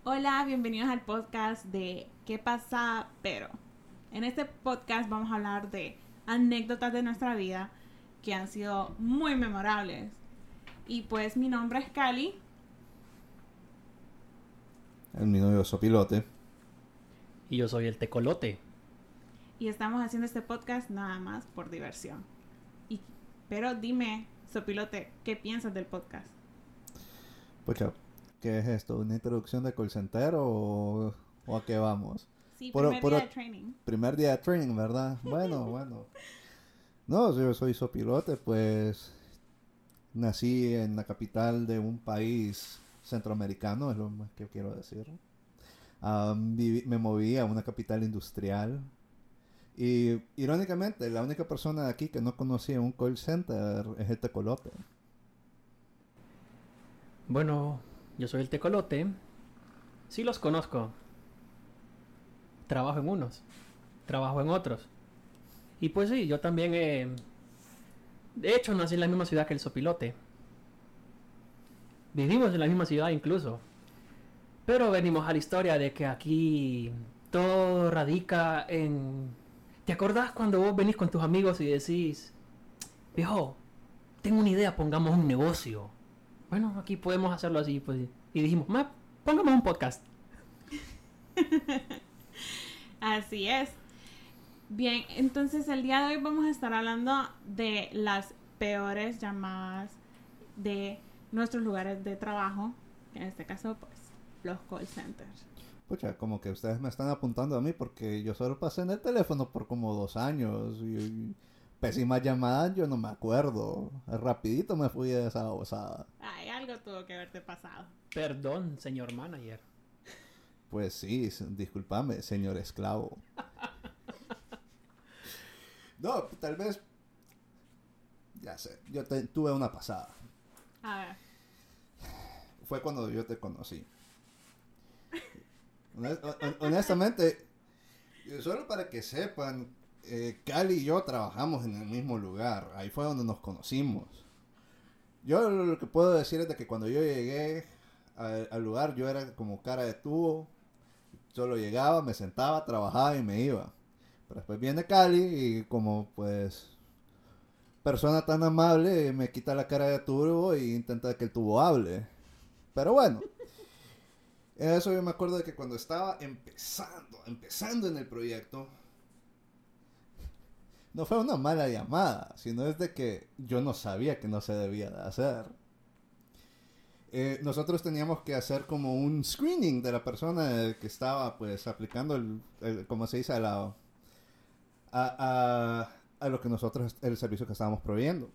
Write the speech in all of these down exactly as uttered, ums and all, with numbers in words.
Hola, bienvenidos al podcast de ¿Qué pasa? Pero en este podcast vamos a hablar de anécdotas de nuestra vida que han sido muy memorables. Y pues mi nombre es Cali. El mi novio Sopilote. Y yo soy el tecolote. Y estamos haciendo este podcast nada más por diversión. Y, pero dime, Sopilote, ¿qué piensas del podcast? Pucha, ¿qué es esto? ¿Una introducción de call center o, o a qué vamos? Sí, Puro- primer puro- día de training. Primer día de training, ¿verdad? Bueno, bueno. No, yo soy Sopilote, pues nací en la capital de un país centroamericano, es lo más que quiero decir. Ah, viví- me moví a una capital industrial. Y irónicamente, la única persona de aquí que no conocía un call center es el tecolote. Bueno, yo soy el tecolote. Sí los conozco. Trabajo en unos. Trabajo en otros. Y pues sí, yo también he... De hecho, nací en la misma ciudad que el Sopilote. Vivimos en la misma ciudad incluso. Pero venimos a la historia de que aquí todo radica en... ¿Te acordás cuando vos venís con tus amigos y decís, viejo, tengo una idea, pongamos un negocio? Bueno, aquí podemos hacerlo así, pues. Y dijimos, ma, pongamos un podcast. Así es. Bien, entonces el día de hoy vamos a estar hablando de las peores llamadas de nuestros lugares de trabajo. En este caso, pues, los call centers. Pucha, como que ustedes me están apuntando a mí porque yo solo pasé en el teléfono por como dos años y, y pésimas llamadas yo no me acuerdo. Rapidito me fui de esa babosada. Ay, algo tuvo que haberte pasado. Perdón, señor manager. Pues sí, s- discúlpame, señor esclavo. No, tal vez... Ya sé, yo te- tuve una pasada. A ver. Fue cuando yo te conocí. Honest- hon- honestamente, eh, solo para que sepan, eh, Cali y yo trabajamos en el mismo lugar. Ahí fue donde nos conocimos. Yo lo que puedo decir es de que cuando yo llegué al, al lugar, yo era como cara de tubo. Solo llegaba, me sentaba, trabajaba y me iba. Pero después viene Cali y como pues persona tan amable me quita la cara de tubo e intenta que el tubo hable. Pero bueno. Eso yo me acuerdo de que cuando estaba empezando, empezando en el proyecto, no fue una mala llamada, sino es de que yo no sabía que no se debía de hacer. Eh, nosotros teníamos que hacer como un screening de la persona que estaba pues aplicando el, el como se dice, a, la, a, a, a lo que nosotros, el servicio que estábamos proveyendo.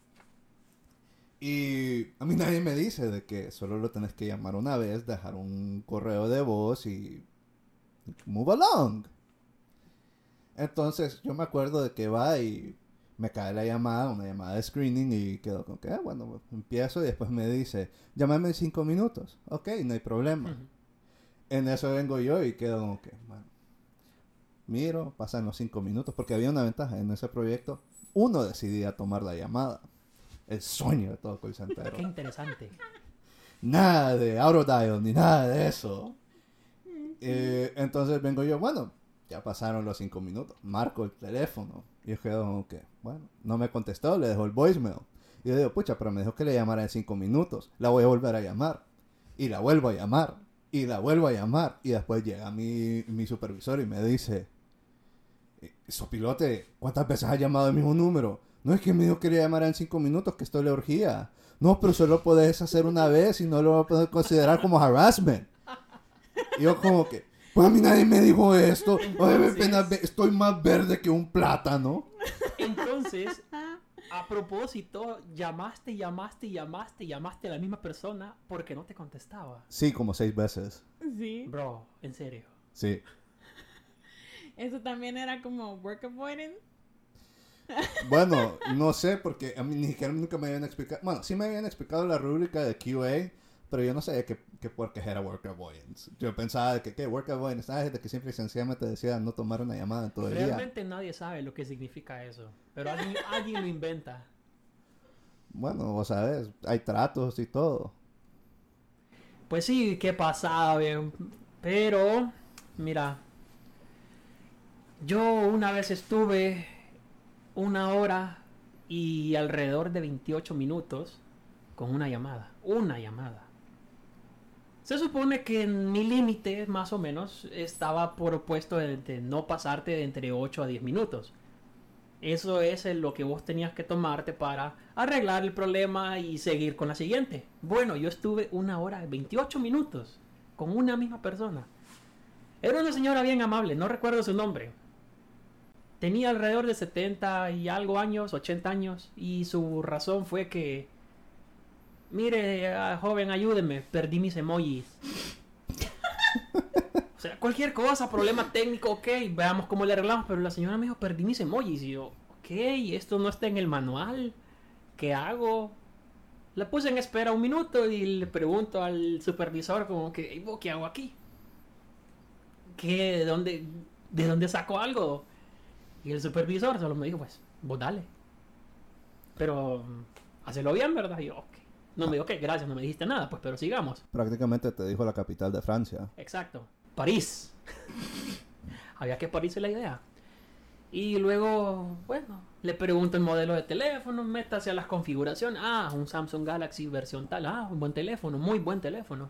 Y a mí nadie me dice de que solo lo tenés que llamar una vez, dejar un correo de voz y move along. Entonces yo me acuerdo de que va y me cae la llamada, una llamada de screening y quedo con que, ah, bueno, empiezo y después me dice, llámame en cinco minutos. Ok, no hay problema. Ujú. En eso vengo yo y quedo como que, bueno, miro, pasan los cinco minutos porque había una ventaja en ese proyecto. Uno decidía tomar la llamada. El sueño de todo call center. Qué interesante. Nada de autodial ni nada de eso. Eh, entonces vengo yo, bueno, ya pasaron los cinco minutos. Marco el teléfono. Y yo quedo como que, bueno, no me contestó, le dejó el voicemail. Y yo digo, pucha, pero me dijo que le llamara en cinco minutos. La voy a volver a llamar. Y la vuelvo a llamar. Y la vuelvo a llamar. Y después llega mi, mi supervisor y me dice, Sopilote, ¿cuántas veces has llamado el mismo número? No, es que me dijo que le llamara en cinco minutos, que esto le urgía. No, pero solo podés hacer una vez y no lo voy a poder considerar como harassment. Y yo como que, pues a mí nadie me dijo esto. Oye, me pena, ve- estoy más verde que un plátano. Entonces, a propósito, llamaste, llamaste, llamaste, llamaste a la misma persona porque no te contestaba. Sí, como seis veces. Sí. Bro, en serio. Sí. Eso también era como work avoidance. Bueno, no sé, porque a mí ni siquiera nunca me habían explicado. Bueno, sí me habían explicado la rúbrica de Q A, pero yo no sabía que, que por qué era work avoidance. Yo pensaba de que, ¿qué? Work avoidance. Ah, es de que simple y sencillamente decía no tomar una llamada en todo el día. Realmente nadie sabe lo que significa eso. Pero alguien, alguien lo inventa. Bueno, vos sabes, hay tratos y todo. Pues sí, qué pasada, bien. Pero, mira, yo una vez estuve una hora y alrededor de veintiocho minutos con una llamada. Una llamada. Se supone que en mi límite, más o menos, estaba propuesto de, de no pasarte de entre ocho a diez minutos. Eso es lo que vos tenías que tomarte para arreglar el problema y seguir con la siguiente. Bueno, yo estuve una hora y veintiocho minutos con una misma persona. Era una señora bien amable, no recuerdo su nombre. Tenía alrededor de setenta y algo años, ochenta años, y su razón fue que, mire, joven, ayúdeme, perdí mis emojis. O sea, cualquier cosa, problema técnico, ok, veamos cómo le arreglamos, pero la señora me dijo, perdí mis emojis, y yo, ok, esto no está en el manual, ¿qué hago? La puse en espera un minuto y le pregunto al supervisor como que, ¿qué hago aquí? ¿Qué, de dónde, de dónde saco algo? Y el supervisor solo me dijo, pues, vos dale. Pero, hacelo bien, ¿verdad? Y yo, ok. No me dijo, ok, gracias, no me dijiste nada, pues, pero sigamos. Prácticamente te dijo la capital de Francia. Exacto. París. Había que parirse la idea. Y luego, bueno, le pregunto el modelo de teléfono, métase a las configuraciones. Ah, un Samsung Galaxy versión tal. Ah, un buen teléfono, muy buen teléfono.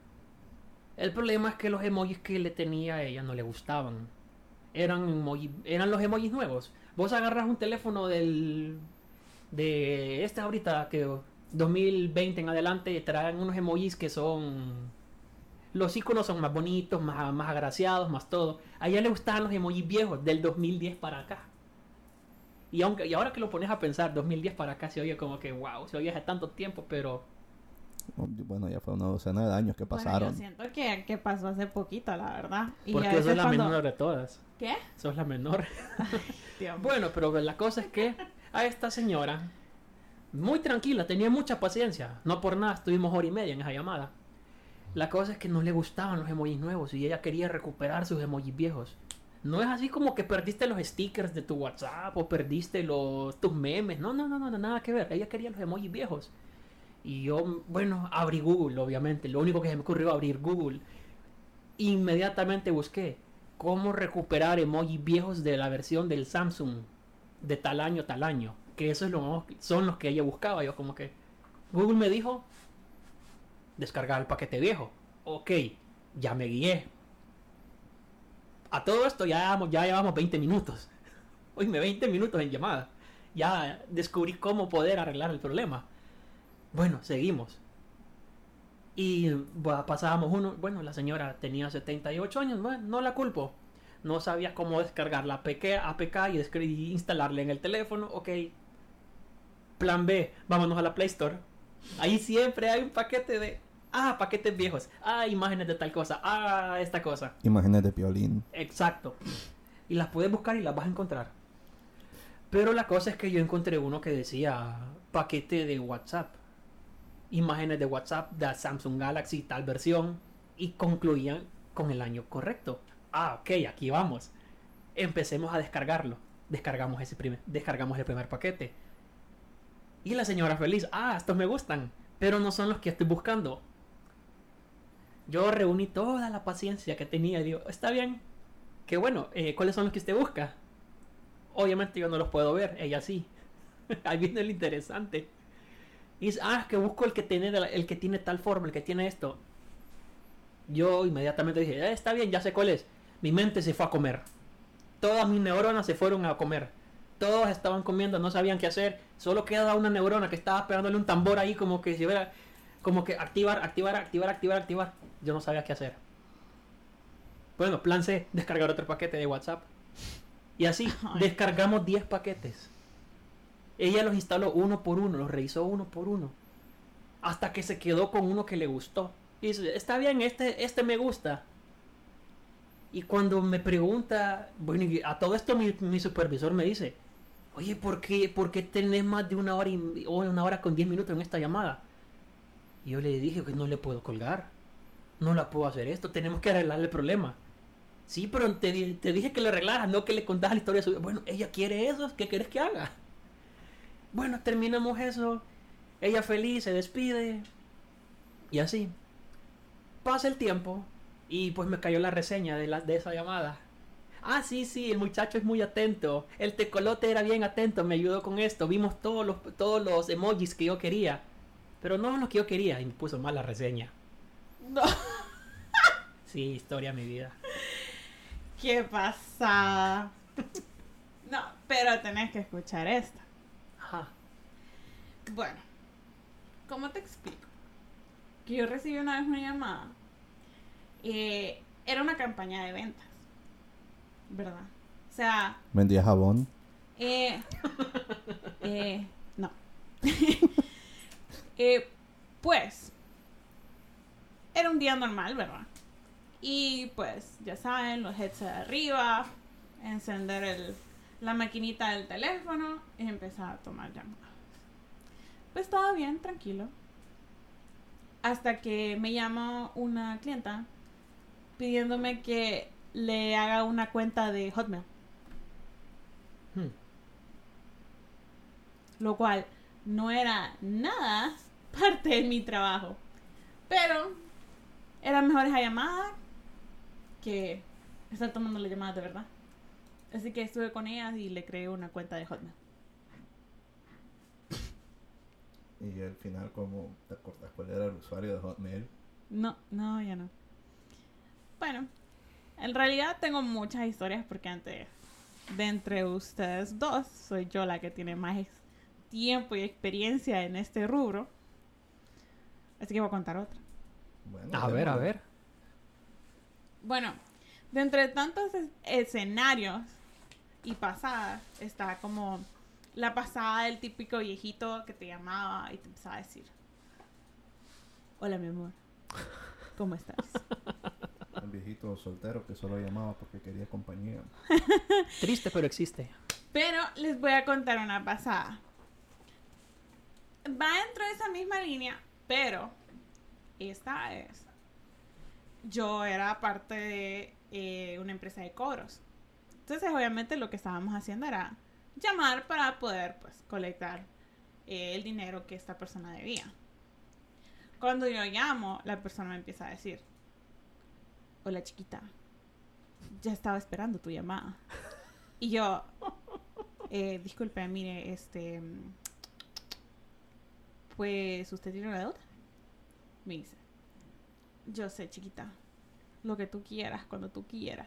El problema es que los emojis que le tenía a ella no le gustaban. Eran emoji, eran los emojis nuevos. Vos agarras un teléfono del de este ahorita que dos mil veinte en adelante traen unos emojis que son, los iconos son más bonitos, más, más agraciados, más todo. A ella le gustaban los emojis viejos del dos mil diez para acá. Y aunque y ahora que lo pones a pensar, dos mil diez para acá se oye como que wow, se oye hace tanto tiempo, pero bueno, ya fue una docena de años que pasaron. Bueno, yo siento que, que pasó hace poquito, la verdad. Y porque a sos veces la cuando- menor de todas. ¿Qué? Sos la menor. Dios mío. Bueno, pero la cosa es que a esta señora, muy tranquila, tenía mucha paciencia. No por nada, estuvimos hora y media en esa llamada. La cosa es que no le gustaban los emojis nuevos y ella quería recuperar sus emojis viejos. No es así como que perdiste los stickers de tu WhatsApp o perdiste los, tus memes. No, no, no, no, nada que ver. Ella quería los emojis viejos. Y yo, bueno, abrí Google, obviamente. Lo único que se me ocurrió abrir Google. Inmediatamente busqué cómo recuperar emojis viejos de la versión del Samsung de tal año, tal año. Que eso es lo, son los que ella buscaba. Yo como que Google me dijo descargar el paquete viejo. Ok, ya me guié. A todo esto ya llevamos, ya llevamos veinte minutos. Oíme, veinte minutos en llamada. Ya descubrí cómo poder arreglar el problema. Bueno, seguimos. Y bah, pasábamos uno. Bueno, la señora tenía setenta y ocho años. Bueno, no la culpo. No sabía cómo descargar la A P K y, descri- y instalarle en el teléfono. Ok. Plan B. Vámonos a la Play Store. Ahí siempre hay un paquete de... Ah, paquetes viejos. Ah, imágenes de tal cosa. Ah, esta cosa. Imágenes de violín. Exacto. Y las puedes buscar y las vas a encontrar. Pero la cosa es que yo encontré uno que decía paquete de WhatsApp. Imágenes de WhatsApp de Samsung Galaxy tal versión. Y concluían con el año correcto. Ah, ok, aquí vamos. Empecemos a descargarlo. Descargamos ese primer, descargamos el primer paquete. Y la señora feliz. Ah, estos me gustan. Pero no son los que estoy buscando. Yo reuní toda la paciencia que tenía y digo, está bien. Que bueno, eh, ¿cuáles son los que usted busca? Obviamente yo no los puedo ver, ella sí. Ahí viene lo interesante. Y dice, ah, es que busco el que tiene el que tiene tal forma, el que tiene esto. Yo inmediatamente dije, eh, está bien, ya sé cuál es. Mi mente se fue a comer. Todas mis neuronas se fueron a comer. Todos estaban comiendo, no sabían qué hacer. Solo quedaba una neurona que estaba pegándole un tambor ahí como que si hubiera... Como que activar, activar, activar, activar, activar. Yo no sabía qué hacer. Bueno, plan C, descargar otro paquete de WhatsApp. Y así, Ay. descargamos diez paquetes. Ella los instaló uno por uno, los revisó uno por uno. Hasta que se quedó con uno que le gustó. Y dice, está bien, este, este me gusta. Y cuando me pregunta, bueno, y a todo esto mi, mi supervisor me dice, oye, ¿por qué, ¿por qué tenés más de una hora y, o una hora con diez minutos en esta llamada? Y yo le dije que no le puedo colgar. No la puedo hacer esto, tenemos que arreglar el problema. Sí, pero te, di- te dije que le arreglaras, no que le contaras la historia de su vida. Bueno, ella quiere eso, ¿qué quieres que haga? Bueno, terminamos eso. Ella feliz, se despide. Y así. Pasa el tiempo. Y pues me cayó la reseña de, la, de esa llamada. Ah, sí, sí, el muchacho es muy atento. El tecolote era bien atento, me ayudó con esto. Vimos todos los, todos los emojis que yo quería. Pero no los que yo quería. Y me puso mal la reseña. No. Sí, historia de mi vida. ¿Qué pasa? No, pero tenés que escuchar esta. Ajá. Bueno, ¿cómo te explico? Que yo recibí una vez una llamada. Eh, era una campaña de ventas, ¿verdad? O sea, ¿Vendía jabón? eh, eh, no. eh, pues, era un día normal, ¿verdad? Y pues, ya saben, los headsets de arriba, encender el, la maquinita del teléfono y empezar a tomar llamadas. Pues todo bien, tranquilo. Hasta que me llama una clienta pidiéndome que le haga una cuenta de Hotmail. Hmm. Lo cual no era nada parte de mi trabajo. Pero era mejor esa llamada que estar tomando las llamadas de verdad. Así que estuve con ella y le creé una cuenta de Hotmail. Y al final, ¿cómo te acordás cuál era el usuario de Hotmail? No, no, ya no. Bueno, en realidad tengo muchas historias porque antes de entre ustedes dos soy yo la que tiene más tiempo y experiencia en este rubro. Así que voy a contar otra. Bueno, A ver, a démosle. ver. Bueno, de entre tantos es- escenarios y pasadas está como la pasada del típico viejito que te llamaba y te empezaba a decir: hola, mi amor, ¿cómo estás? Un viejito soltero que solo llamaba porque quería compañía. Triste, pero existe. Pero les voy a contar una pasada. Va dentro de esa misma línea, pero esta vez yo era parte de eh, una empresa de cobros. Entonces, obviamente, lo que estábamos haciendo era llamar para poder, pues, colectar eh, el dinero que esta persona debía. Cuando yo llamo, la persona me empieza a decir: hola, chiquita, ya estaba esperando tu llamada. Y yo, eh, disculpe, mire, este, pues, ¿usted tiene una deuda? Me dice: yo sé, chiquita, lo que tú quieras, cuando tú quieras.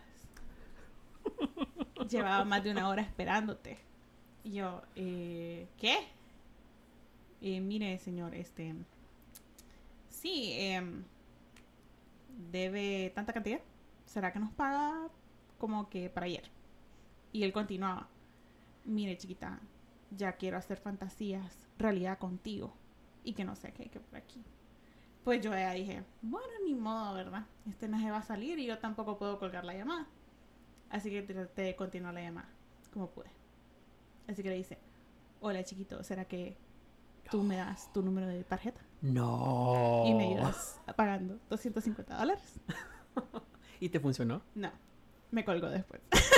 Llevaba más de una hora esperándote. Y yo, eh, ¿qué? Eh, mire, señor, este, sí, em, debe tanta cantidad. ¿Será que nos paga como que para ayer? Y él continuaba: mire, chiquita, ya quiero hacer fantasías realidad contigo. Y que no sé qué, que por aquí. Pues yo ya dije, bueno, ni modo, ¿verdad? Este no se va a salir y yo tampoco puedo colgar la llamada. Así que traté de continuar la llamada, como pude. Así que le dice: hola, chiquito, ¿será que tú me das tu número de tarjeta? No. Y me ayudas pagando doscientos cincuenta dólares. ¿Y te funcionó? No, me colgó después.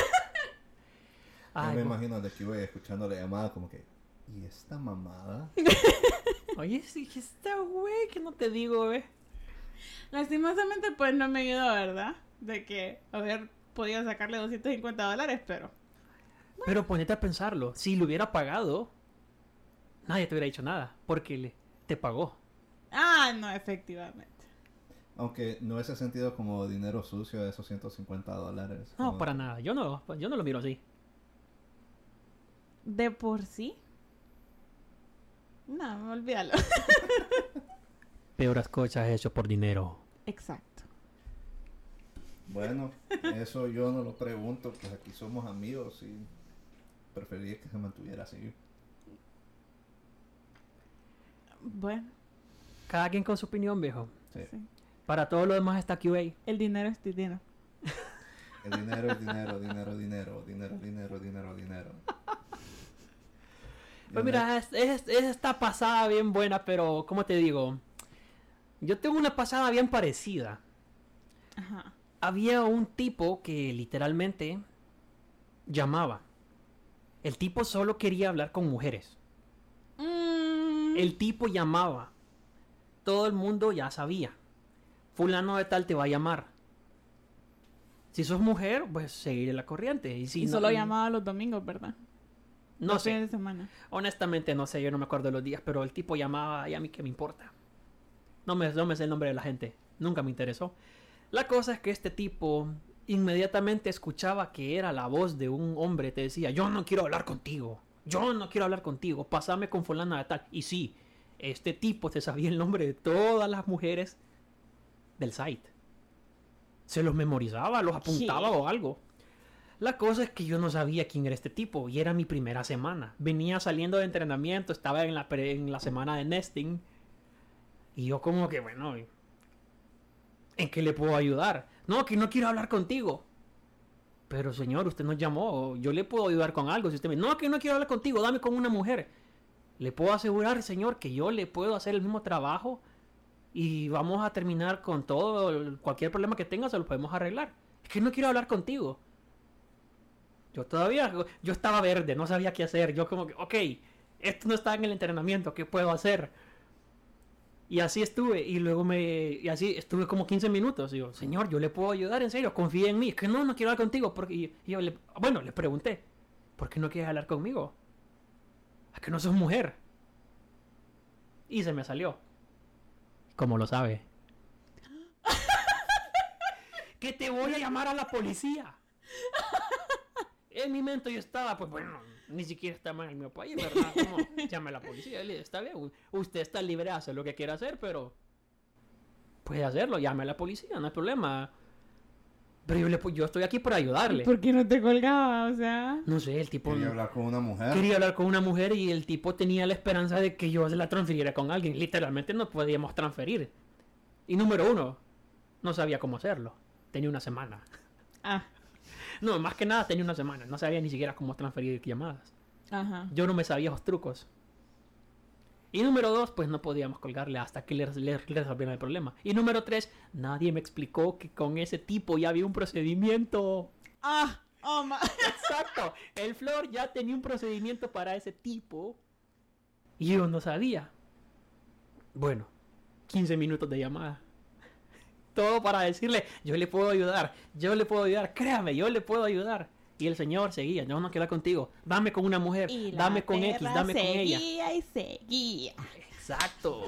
Yo Ay, me bu- imagino de que iba escuchando la llamada como que, ¿y esta mamada? Oye, sí, está güey, que no te digo, ve. Lastimosamente, pues no me ayudó, ¿verdad? De que haber podido sacarle doscientos cincuenta dólares, pero Pero ponete a pensarlo. Si lo hubiera pagado, nadie te hubiera dicho nada. Porque le, te pagó. ah, no, efectivamente. Aunque no ese sentido como dinero sucio de esos ciento cincuenta dólares. No, como- para nada. Yo no, yo no lo miro así. De por sí. No, olvídalo. Peores cosas hechas por dinero. Exacto. Bueno, eso yo no lo pregunto, pues aquí somos amigos y preferiría que se mantuviera así. Bueno, Cada quien con su opinión, viejo. Sí. sí. Para todo lo demás está Q A. El dinero es dinero. El dinero es dinero, dinero, dinero, dinero, dinero, dinero, dinero. Pues mira, es, es- es esta pasada bien buena, pero ¿cómo te digo? Yo tengo una pasada bien parecida. Ajá. Había un tipo que literalmente llamaba. El tipo solo quería hablar con mujeres. Mm, El tipo llamaba. Todo el mundo ya sabía. Fulano de tal te va a llamar. Si sos mujer, pues seguir la corriente. Y, si y no, solo llamaba los domingos, ¿verdad? No Los fines sé. de semana. Honestamente no sé, yo no me acuerdo de los días, pero el tipo llamaba y a mí qué me importa. No me, no me sé el nombre de la gente. Nunca me interesó. La cosa es que este tipo inmediatamente escuchaba que era la voz de un hombre. Te decía, yo no quiero hablar contigo. Yo no quiero hablar contigo. Pásame con fulana de tal. Y sí, este tipo se sabía el nombre de todas las mujeres del site. Se los memorizaba, los apuntaba ¿Qué? o algo. La cosa es que yo no sabía quién era este tipo y era mi primera semana. Venía saliendo de entrenamiento, estaba en la, pre- en la semana de nesting. Y yo como que, bueno, ¿en qué le puedo ayudar? No, que no quiero hablar contigo. Pero señor, usted nos llamó, yo le puedo ayudar con algo. Si usted me no, que no quiero hablar contigo, dame con una mujer. Le puedo asegurar, señor, que yo le puedo hacer el mismo trabajo y vamos a terminar con todo, cualquier problema que tenga se lo podemos arreglar. Es que no quiero hablar contigo. Yo todavía, yo estaba verde, no sabía qué hacer. Yo como que, ok, esto no está en el entrenamiento, ¿qué puedo hacer? Y así estuve, y luego me, y así estuve como quince minutos. Y yo, señor, yo le puedo ayudar, en serio, confía en mí. Es que no, no quiero hablar contigo. Porque, y yo le, bueno, le pregunté, ¿por qué no quieres hablar conmigo? Es que no sos mujer. Y se me salió. ¿Cómo lo sabe? Que te voy a llamar a la policía. En mi mente yo estaba, pues bueno, ni siquiera estaba en el mío país, ¿verdad? ¿Cómo? Llame a la policía. Él, está bien, usted está libre de hacer lo que quiera hacer, pero puede hacerlo, llame a la policía, no hay problema. Pero yo, le, yo estoy aquí para ayudarle. ¿Por qué no te colgaba? O sea... No sé, el tipo... Quería hablar con una mujer. Quería hablar con una mujer y el tipo tenía la esperanza de que yo se la transfiriera con alguien. Literalmente no podíamos transferir. Y número uno, no sabía cómo hacerlo. Tenía una semana. Ah, No, más que nada tenía una semana. No sabía ni siquiera cómo transferir llamadas. ajá. Yo no me sabía esos trucos. Y número dos, pues no podíamos colgarle hasta que le, le, le resolvieran el problema. Y número tres, nadie me explicó que con ese tipo ya había un procedimiento. Ah, oh, ma... Exacto. El Flor ya tenía un procedimiento para ese tipo. Y yo no sabía. Bueno, quince minutos de llamada. Todo para decirle, yo le puedo ayudar, yo le puedo ayudar, créame, yo le puedo ayudar. Y el señor seguía, yo no quiero hablar contigo, dame con una mujer, Y la dame con X, perra dame con ella. seguía y seguía. Exacto.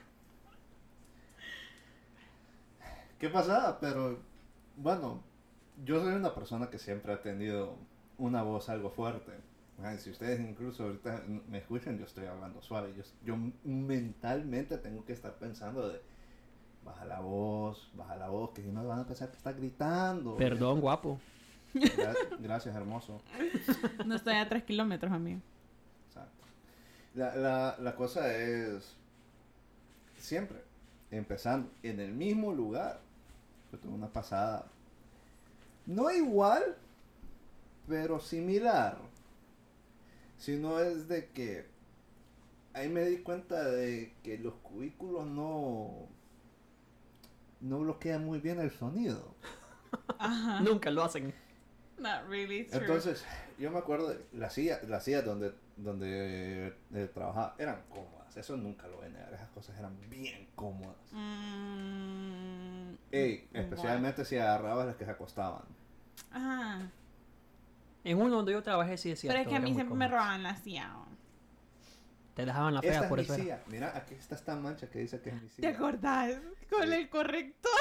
¿Qué pasaba? Pero, bueno, yo soy una persona que siempre ha tenido una voz algo fuerte. Ay, si ustedes incluso ahorita me escuchan, yo estoy hablando suave. Yo, yo mentalmente tengo que estar pensando de, baja la voz, baja la voz, que si no van a pensar que está gritando. Perdón, guapo. Gra- Gracias, hermoso. No estoy a tres kilómetros, amigo. Exacto. La, la, la cosa es, siempre, empezando en el mismo lugar. Yo tuve una pasada, no igual, pero similar. Sino es de que ahí me di cuenta de que los cubículos no, no bloquean muy bien el sonido. Ajá. Nunca lo hacen. Not really true. Entonces, yo me acuerdo de las sillas, las sillas donde, donde eh, trabajaba eran cómodas. Eso nunca lo voy a negar. Esas cosas eran bien cómodas. Mm, Ey, especialmente si agarrabas las que se acostaban. Ajá. En uno donde yo trabajé sí decía. Pero es que a mí siempre me robaban la silla. ¿O? Te dejaban la Esta fea es por mi eso era. silla. Mira, aquí está esta mancha que dice que es mi ¿Te silla. acordás? Con Sí. el corrector.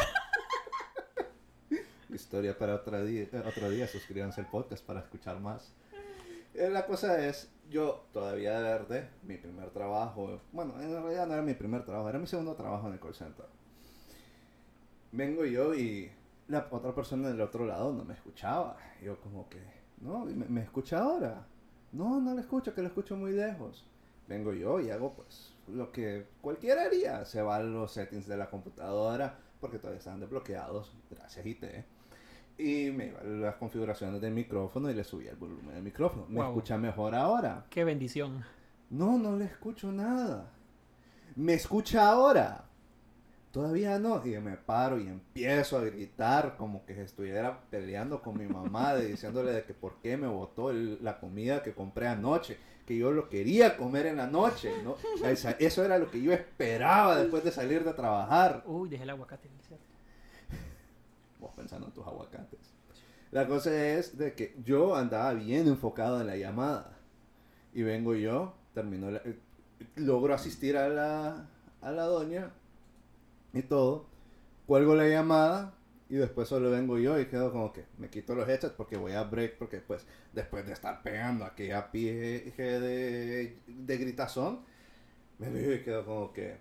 Historia para otro día, eh, otro día. Suscríbanse al podcast para escuchar más. Eh, la cosa es, yo todavía de verde, mi primer trabajo, bueno, en realidad no era mi primer trabajo, era mi segundo trabajo en el call center. Vengo yo y la otra persona del otro lado no me escuchaba. Yo como que, no, ¿me, me escucha ahora? No, no le escucho, que lo escucho muy lejos. Vengo yo y hago pues lo que cualquiera haría. Se va a los settings de la computadora, porque todavía están desbloqueados, gracias I T. Y me iba a las configuraciones del micrófono y le subía el volumen del micrófono. ¿Me Wow. escucha mejor ahora? Qué bendición. No, no le escucho nada. ¿Me escucha ahora? Todavía no. Y me paro y empiezo a gritar como que estuviera peleando con mi mamá, de, diciéndole de que por qué me botó el- la comida que compré anoche, que yo lo quería comer en la noche, ¿no? Esa- Eso era lo que yo esperaba después de salir de trabajar. Uy, dejé el aguacate. ¿Cierto? vos pensando en tus aguacates. La cosa es de que yo andaba bien enfocado en la llamada. Y vengo yo, termino la, eh, logro asistir a la, a la doña y todo. Cuelgo la llamada y después solo vengo yo y quedo como que me quito los headsets porque voy a break. Porque pues después de estar pegando aquella pie de, de gritazón, me veo y quedo como que...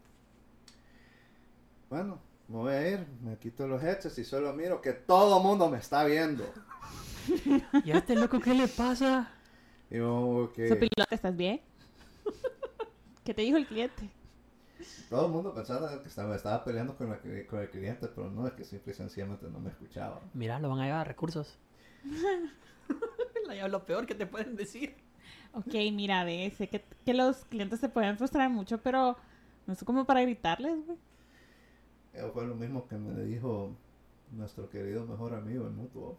Bueno, me voy a ir, me quito los headsets y solo miro que todo el mundo me está viendo. ¿Y a este loco qué le pasa? Y yo, que Sopilote, ¿estás bien? ¿Qué te dijo el cliente? todo el mundo pensaba que estaba, estaba peleando con, la, con el cliente, pero no, es que simple y sencillamente no me escuchaba. Mira, lo van a llevar a recursos. Lo peor que te pueden decir. Ok, mira, ve, sé que, que los clientes se pueden frustrar mucho, pero no es como para gritarles, güey. Eso fue lo mismo que me dijo nuestro querido mejor amigo, el mutuo.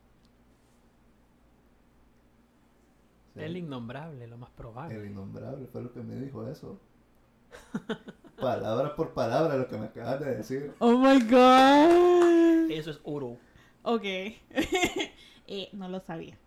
Sí. El innombrable, lo más probable. El innombrable fue lo que me dijo eso. Palabra por palabra lo que me acabas de decir. Oh my god. Eso es oro. Ok. eh, no lo sabía.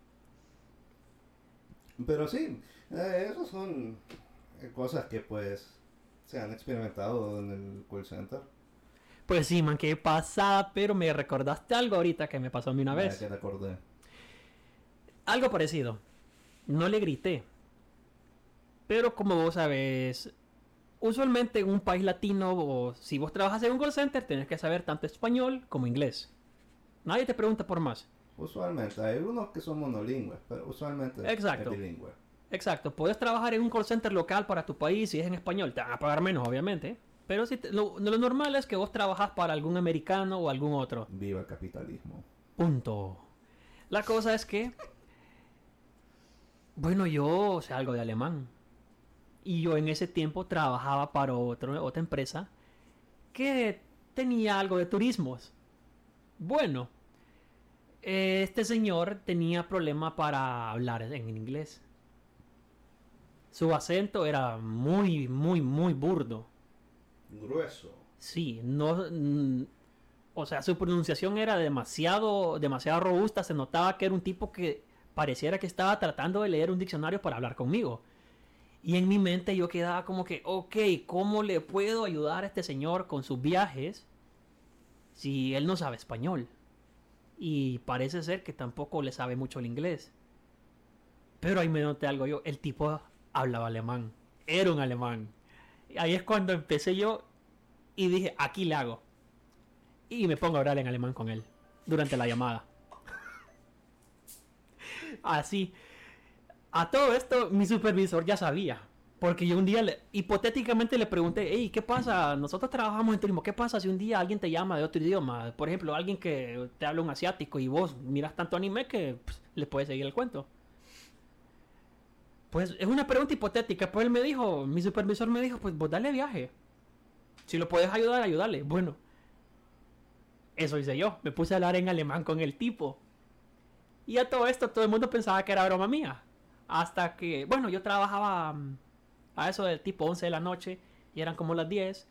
Pero sí, eh, esas son eh, cosas que pues se han experimentado en el call center. Pues sí, man, qué pasada, pero me recordaste algo ahorita que me pasó a mí una Ya vez. que te acordé. Algo parecido. No le grité. Pero como vos sabés, usualmente en un país latino, o si vos trabajas en un call center, tenés que saber tanto español como inglés. Nadie te pregunta por más. Usualmente, hay unos que son monolingües, pero usualmente Exacto. es bilingüe. Exacto, puedes trabajar en un call center local para tu país y es en español, te van a pagar menos, obviamente. Pero si te- lo, lo normal es que vos trabajas para algún americano o algún otro. Viva el capitalismo. Punto. La cosa es que, bueno, yo sé algo de alemán. Y yo en ese tiempo trabajaba para otro, otra empresa que tenía algo de turismos. Bueno, este señor tenía problema para hablar en inglés. Su acento era muy, muy, muy burdo. Grueso. Sí, no... mm, o sea, su pronunciación era demasiado, demasiado robusta. Se notaba que era un tipo que pareciera que estaba tratando de leer un diccionario para hablar conmigo. Y en mi mente yo quedaba como que, ok, ¿cómo le puedo ayudar a este señor con sus viajes si él no sabe español? Y parece ser que tampoco le sabe mucho el inglés. Pero ahí me noté algo yo. El tipo hablaba alemán. Era un alemán. Ahí es cuando empecé yo y dije, aquí le hago. Y me pongo a hablar en alemán con él durante la llamada. Así. A todo esto, mi supervisor ya sabía. Porque yo un día, le, hipotéticamente, le pregunté, hey, ¿qué pasa? Nosotros trabajamos en turismo. ¿Qué pasa si un día alguien te llama de otro idioma? Por ejemplo, alguien que te habla un asiático y vos miras tanto anime que pues, le puedes seguir el cuento. Pues es una pregunta hipotética. Pues él me dijo, mi supervisor me dijo, pues vos dale viaje. Si lo puedes ayudar, ayúdale. Bueno, eso hice yo. Me puse a hablar en alemán con el tipo. Y a todo esto, todo el mundo pensaba que era broma mía. Hasta que, bueno, yo trabajaba um, a eso del tipo once de la noche y eran como las diez.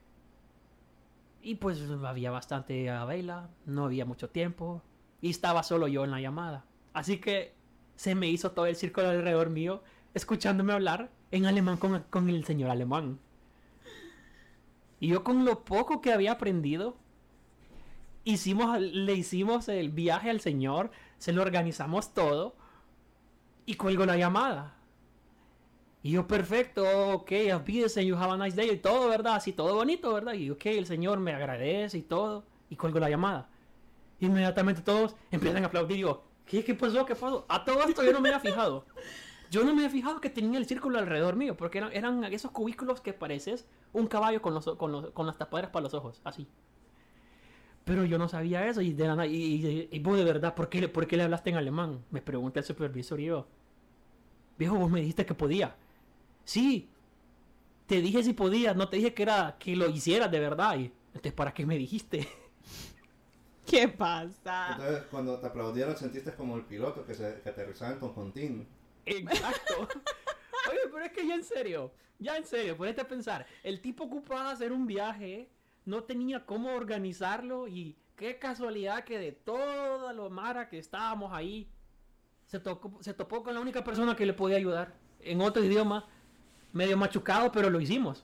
Y pues había bastante a vela, no había mucho tiempo y estaba solo yo en la llamada. Así que se me hizo todo el círculo alrededor mío escuchándome hablar en alemán con, con el señor alemán. Y yo con lo poco que había aprendido, hicimos, le hicimos el viaje al señor, se lo organizamos todo. Y cuelgo la llamada. Y yo, perfecto, ok, apídese, you have a nice day y todo, ¿verdad? Así, todo bonito, ¿verdad? Y ok, el señor me agradece y todo. Y cuelgo la llamada. Inmediatamente todos empiezan a aplaudir. Y digo, ¿qué, qué pasó? ¿Qué pasó? A todo esto yo no me había fijado. Yo no me había fijado que tenía el círculo alrededor mío. Porque eran, eran esos cubículos que pareces un caballo con, los, con, los, con las tapaderas para los ojos. Así. Pero yo no sabía eso. Y de la, y, y, y vos, de verdad, ¿por qué, ¿por qué le hablaste en alemán? Me pregunta el supervisor y yo. Viejo, vos me dijiste que podía. Sí, te dije si podías, no te dije que era que lo hicieras de verdad. Y, entonces, ¿para qué me dijiste? ¿Qué pasa? Entonces, cuando te aplaudieron, sentiste como el piloto que, se, que aterrizaba en Toncontín. Exacto. Oye, pero es que ya en serio, ya en serio, ponete a pensar. El tipo ocupaba hacer un viaje, no tenía cómo organizarlo y qué casualidad que de toda lo mara que estábamos ahí, se, tocó, se topó con la única persona que le podía ayudar. En otro idioma, medio machucado, pero lo hicimos.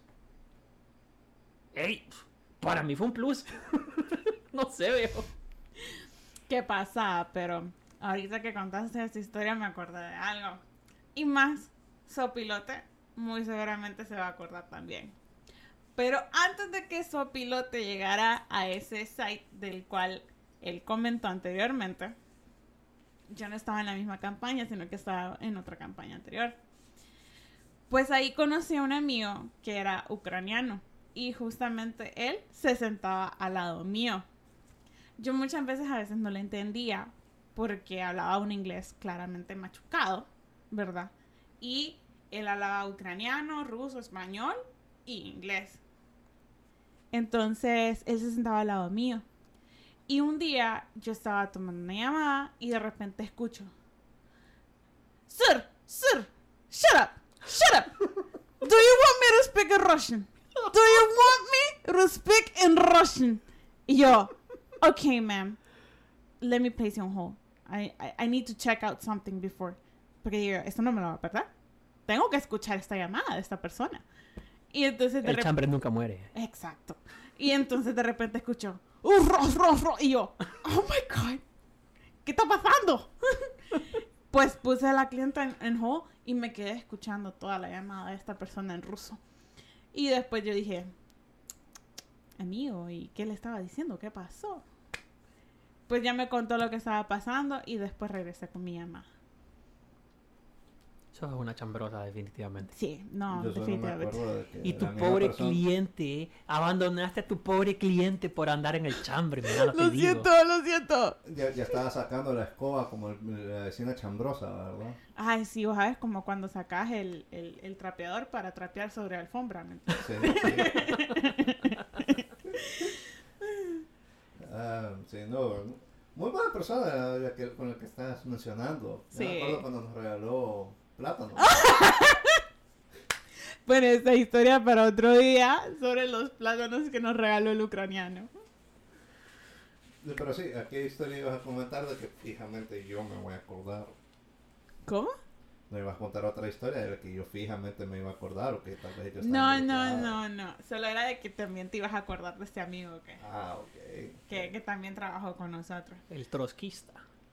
Ey, para mí fue un plus. No sé, viejo. ¿Qué pasa? Pero ahorita que contaste esta historia me acordé de algo. Y más, Sopilote muy seguramente se va a acordar también. Pero antes de que Sopilote llegara a ese site del cual él comentó anteriormente, yo no estaba en la misma campaña, sino que estaba en otra campaña anterior. Pues ahí conocí a un amigo que era ucraniano y justamente él se sentaba al lado mío. Yo muchas veces a veces no le entendía porque hablaba un inglés claramente machucado, ¿verdad? Y él hablaba ucraniano, ruso, español y inglés. Entonces él se sentaba al lado mío. Y un día yo estaba tomando una llamada y de repente escucho: Sir, sir, shut up, shut up. Do you want me to speak in Russian? Do you want me to speak in Russian? Y yo, okay, ma'am, let me place you on hold. I, I, I need to check out something before. Porque yo, esto no me lo va a perder. Tengo que escuchar esta llamada de esta persona. Y entonces de El rep- chambre nunca muere. Exacto. Y entonces de repente escucho, uh, ro, ro, ro, y yo, oh my God, ¿qué está pasando? Pues puse a la clienta en, en hold y me quedé escuchando toda la llamada de esta persona en ruso. Y después yo dije, amigo, ¿y qué le estaba diciendo? ¿Qué pasó? Pues ya me contó lo que estaba pasando y después regresé con mi llamada. Eso es una chambrosa, definitivamente. Sí, no, Yo solo me definitivamente. acuerdo de que Y tu la misma pobre persona- cliente, abandonaste a tu pobre cliente por andar en el chambre, mira, no te Lo digo. siento, lo siento. Ya, ya estaba sacando la escoba como el- la vecina chambrosa, ¿verdad? Ay, sí, vos sabes, como cuando sacas el, el, el trapeador para trapear sobre alfombra, ¿me entiendes? Sí, sí. Ah, sí, no. Muy buena persona la que, con la que estás mencionando. Yo Sí. me acuerdo cuando nos regaló plátano. Bueno, esta historia para otro día sobre los plátanos que nos regaló el ucraniano. Pero sí, ¿a qué historia ibas a comentar de que fijamente yo me voy a acordar? ¿Cómo? ¿No ibas a contar otra historia de la que yo fijamente me iba a acordar o que tal vez yo estaba No, no, involucrado? no, no. Solo era de que también te ibas a acordar de este amigo que, Ah, ok. que, que también trabajó con nosotros. El trotskista.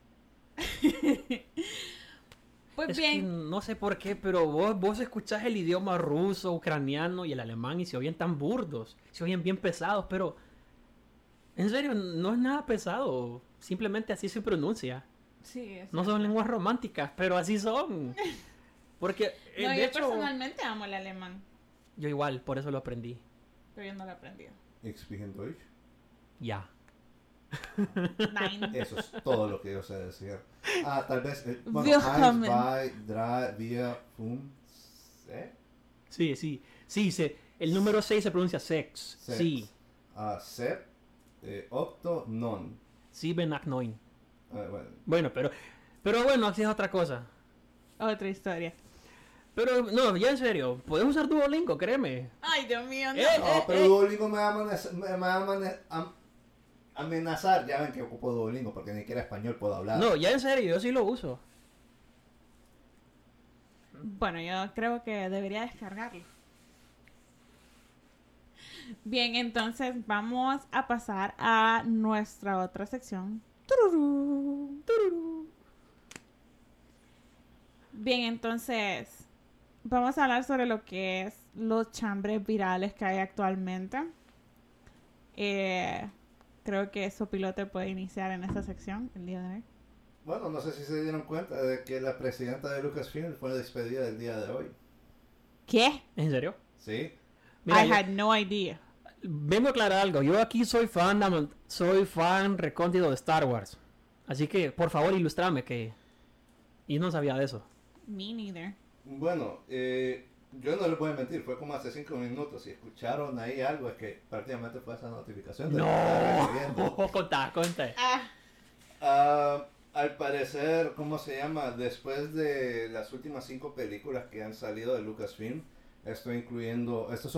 Pues Es que bien, no sé por qué, pero vos, vos escuchás el idioma ruso, ucraniano y el alemán y se oyen tan burdos, se oyen bien pesados, pero en serio, no es nada pesado, simplemente así se pronuncia. sí, es No son cierto. lenguas románticas, pero así son. Porque, eh, No, de yo hecho, personalmente amo el alemán, yo igual, por eso lo aprendí. pero yo no lo he aprendido. Ich spreche Deutsch. Ya. Nine. Eso es todo lo que yo sé decir. Ah, tal vez. Eh, bueno, Willkommen. eins, zwei, drei, vier, fünf, sechs. Sí, sí, sí, se, el número seis se pronuncia sex. Sex. Sí, Ah, sept, eh, octo, non. sieben, acht, neun. Ah, bueno. Bueno, pero, pero bueno, así es otra cosa. Otra historia. Pero, no, ya en serio, puedes usar Duolingo, créeme. Ay, Dios mío, no. Eh, No, eh, pero eh. Duolingo me va a amenazar, me va a amane- am- amenazar. Ya ven que ocupo Duolingo porque ni siquiera español puedo hablar. No, ya en serio, yo sí lo uso. Bueno, yo creo que debería descargarlo. Bien, entonces vamos a pasar a nuestra otra sección. Tururú, tururú. Bien, entonces vamos a hablar sobre lo que es los chambres virales que hay actualmente. Eh, creo que Sopilote puede iniciar en esta sección el día de hoy. Bueno, no sé si se dieron cuenta de que la presidenta de Lucasfilm fue despedida el día de hoy. ¿Qué? ¿En serio? ¿Sí? Mira, I yo- had no idea. vengo a aclarar algo. Yo aquí soy fan, am- soy fan recóndito de Star Wars. Así que, por favor, ilustrame que... Y no sabía de eso. Me neither. Bueno, eh, yo no les voy a mentir, fue como hace cinco minutos. Si escucharon ahí algo, es que prácticamente fue esa notificación de lo que estaba recibiendo. No, contá, contá. Ah, Ah, al parecer, ¿cómo se llama? Después de las últimas cinco películas que han salido de Lucasfilm, esto incluyendo, estos son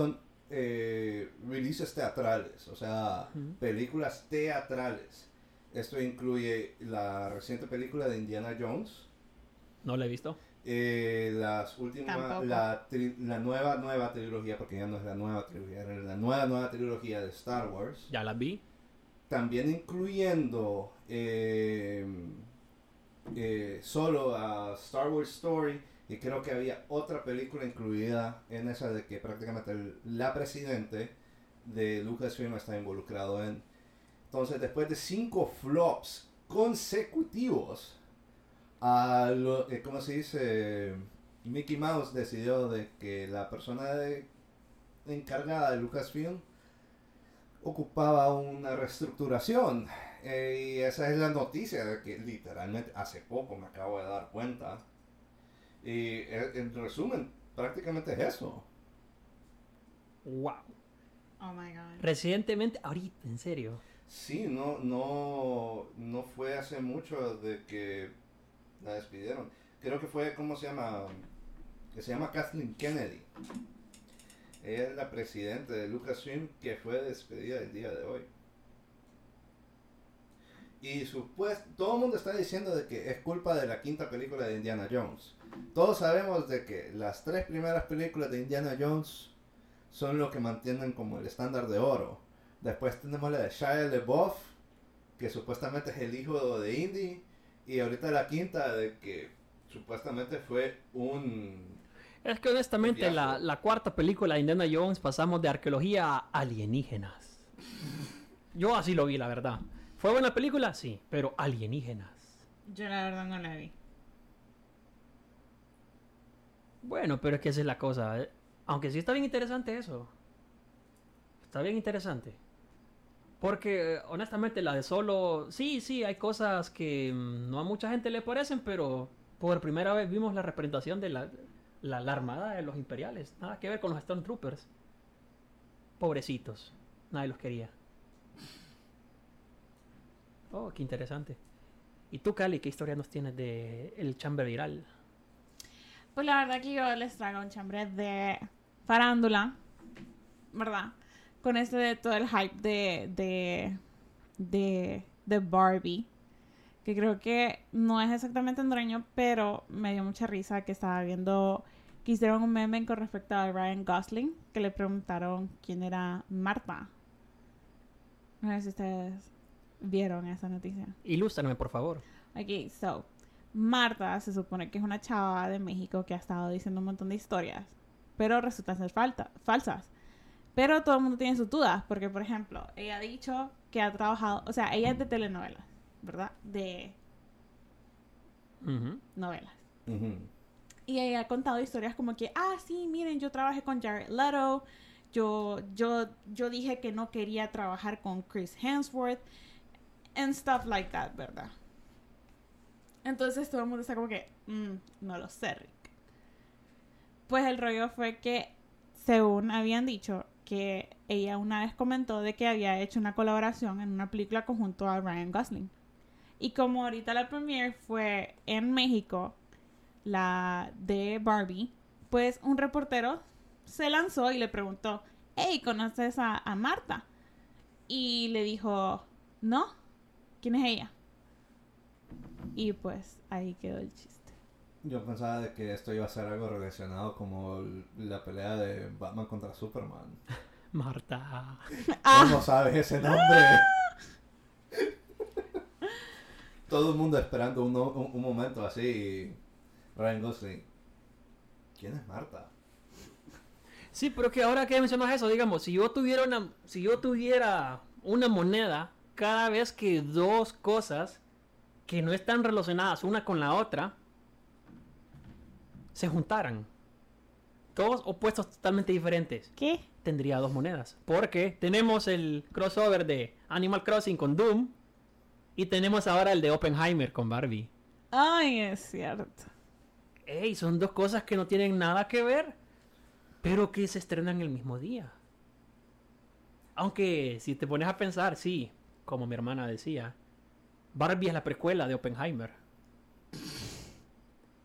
eh, releases teatrales, o sea, Ujú. películas teatrales. Esto incluye la reciente película de Indiana Jones, No lo he visto. eh, las últimas, Tampoco. la, tri- la nueva nueva trilogía, porque ya no es la nueva trilogía, era la nueva nueva trilogía de Star Wars. Ya las vi. También incluyendo eh, eh, solo a Star Wars Story, y creo que había otra película incluida en esa de que prácticamente el- la presidente de Lucasfilm está involucrado en. Entonces, después de cinco flops consecutivos, a lo, eh, ¿cómo se dice? Mickey Mouse decidió de que la persona de- encargada de Lucasfilm ocupaba una reestructuración. Eh, y esa es la noticia de que literalmente hace poco me acabo de dar cuenta. Y eh, en resumen, prácticamente es eso. Wow. Oh my god. Recientemente, ahorita, en serio. Sí, no, no, no fue hace mucho de que la despidieron. Creo que fue, ¿cómo se llama? Que se llama Kathleen Kennedy. Ella es la presidenta de Lucasfilm que fue despedida el día de hoy. Y supuesto, todo el mundo está diciendo de que es culpa de la quinta película de Indiana Jones. Todos sabemos de que las tres primeras películas de Indiana Jones son lo que mantienen como el estándar de oro. Después tenemos la de Shia LaBeouf, que supuestamente es el hijo de Indy. Y ahorita la quinta de que supuestamente fue un... Es que honestamente Un la, viaje. la cuarta película de Indiana Jones pasamos de arqueología a alienígenas. Yo así lo vi, la verdad. ¿Fue buena película? Sí, pero alienígenas. Yo la verdad no la vi. Bueno, pero es que esa es la cosa. eh. Aunque sí está bien interesante eso. Está bien interesante. Porque eh, honestamente la de Solo, sí, sí, hay cosas que mm, no a mucha gente le parecen, pero por primera vez vimos la representación de la, la, la armada de los imperiales. Nada que ver con los Stormtroopers. Pobrecitos. Nadie los quería. Oh, qué interesante. ¿Y tú, Cali, qué historia nos tienes de el chamber viral? Pues la verdad que yo les traigo un chambre de farándula, ¿verdad? Con este de todo el hype de, de, de, de Barbie. Que creo que no es exactamente hondureño, pero me dio mucha risa que estaba viendo que hicieron un meme con respecto a Ryan Gosling, que le preguntaron quién era Marta. No sé si ustedes vieron esa noticia. Ilústrame, por favor. Ok, so, Marta se supone que es una chava de México que ha estado diciendo un montón de historias, pero resultan ser falta, falsas. Pero todo el mundo tiene sus dudas, porque por ejemplo, ella ha dicho que ha trabajado, o sea, ella es de telenovelas, ¿verdad? De Ujú. novelas. Ujú. Y ella ha contado historias como que, ah, sí, miren, yo trabajé con Jared Leto, yo, yo, yo dije que no quería trabajar con Chris Hemsworth, and stuff like that, ¿verdad? Entonces todo el mundo está como que, mm, no lo sé, Rick. Pues el rollo fue que, según habían dicho, que ella una vez comentó de que había hecho una colaboración en una película conjunto a Ryan Gosling. Y como ahorita la premiere fue en México, la de Barbie, pues un reportero se lanzó y le preguntó, hey, ¿conoces a, a Marta? Y le dijo, no, ¿quién es ella? Y pues ahí quedó el chiste. Yo pensaba de que esto iba a ser algo relacionado como l- la pelea de Batman contra Superman. Marta. ¿Cómo sabes ese nombre? Todo el mundo esperando un, no- un- un momento así. y Ryan Gosling. ¿Quién es Marta? Sí, pero que ahora que mencionas eso, digamos, si yo tuviera una, si yo tuviera una moneda, cada vez que dos cosas que no están relacionadas una con la otra se juntaran, dos opuestos totalmente diferentes, ¿Qué? tendría dos monedas. Porque tenemos el crossover de Animal Crossing con Doom y tenemos ahora el de Oppenheimer con Barbie. Ay, es cierto. Ey, son dos cosas que no tienen nada que ver, pero que se estrenan el mismo día. Aunque, si te pones a pensar, sí, como mi hermana decía, Barbie es la precuela de Oppenheimer.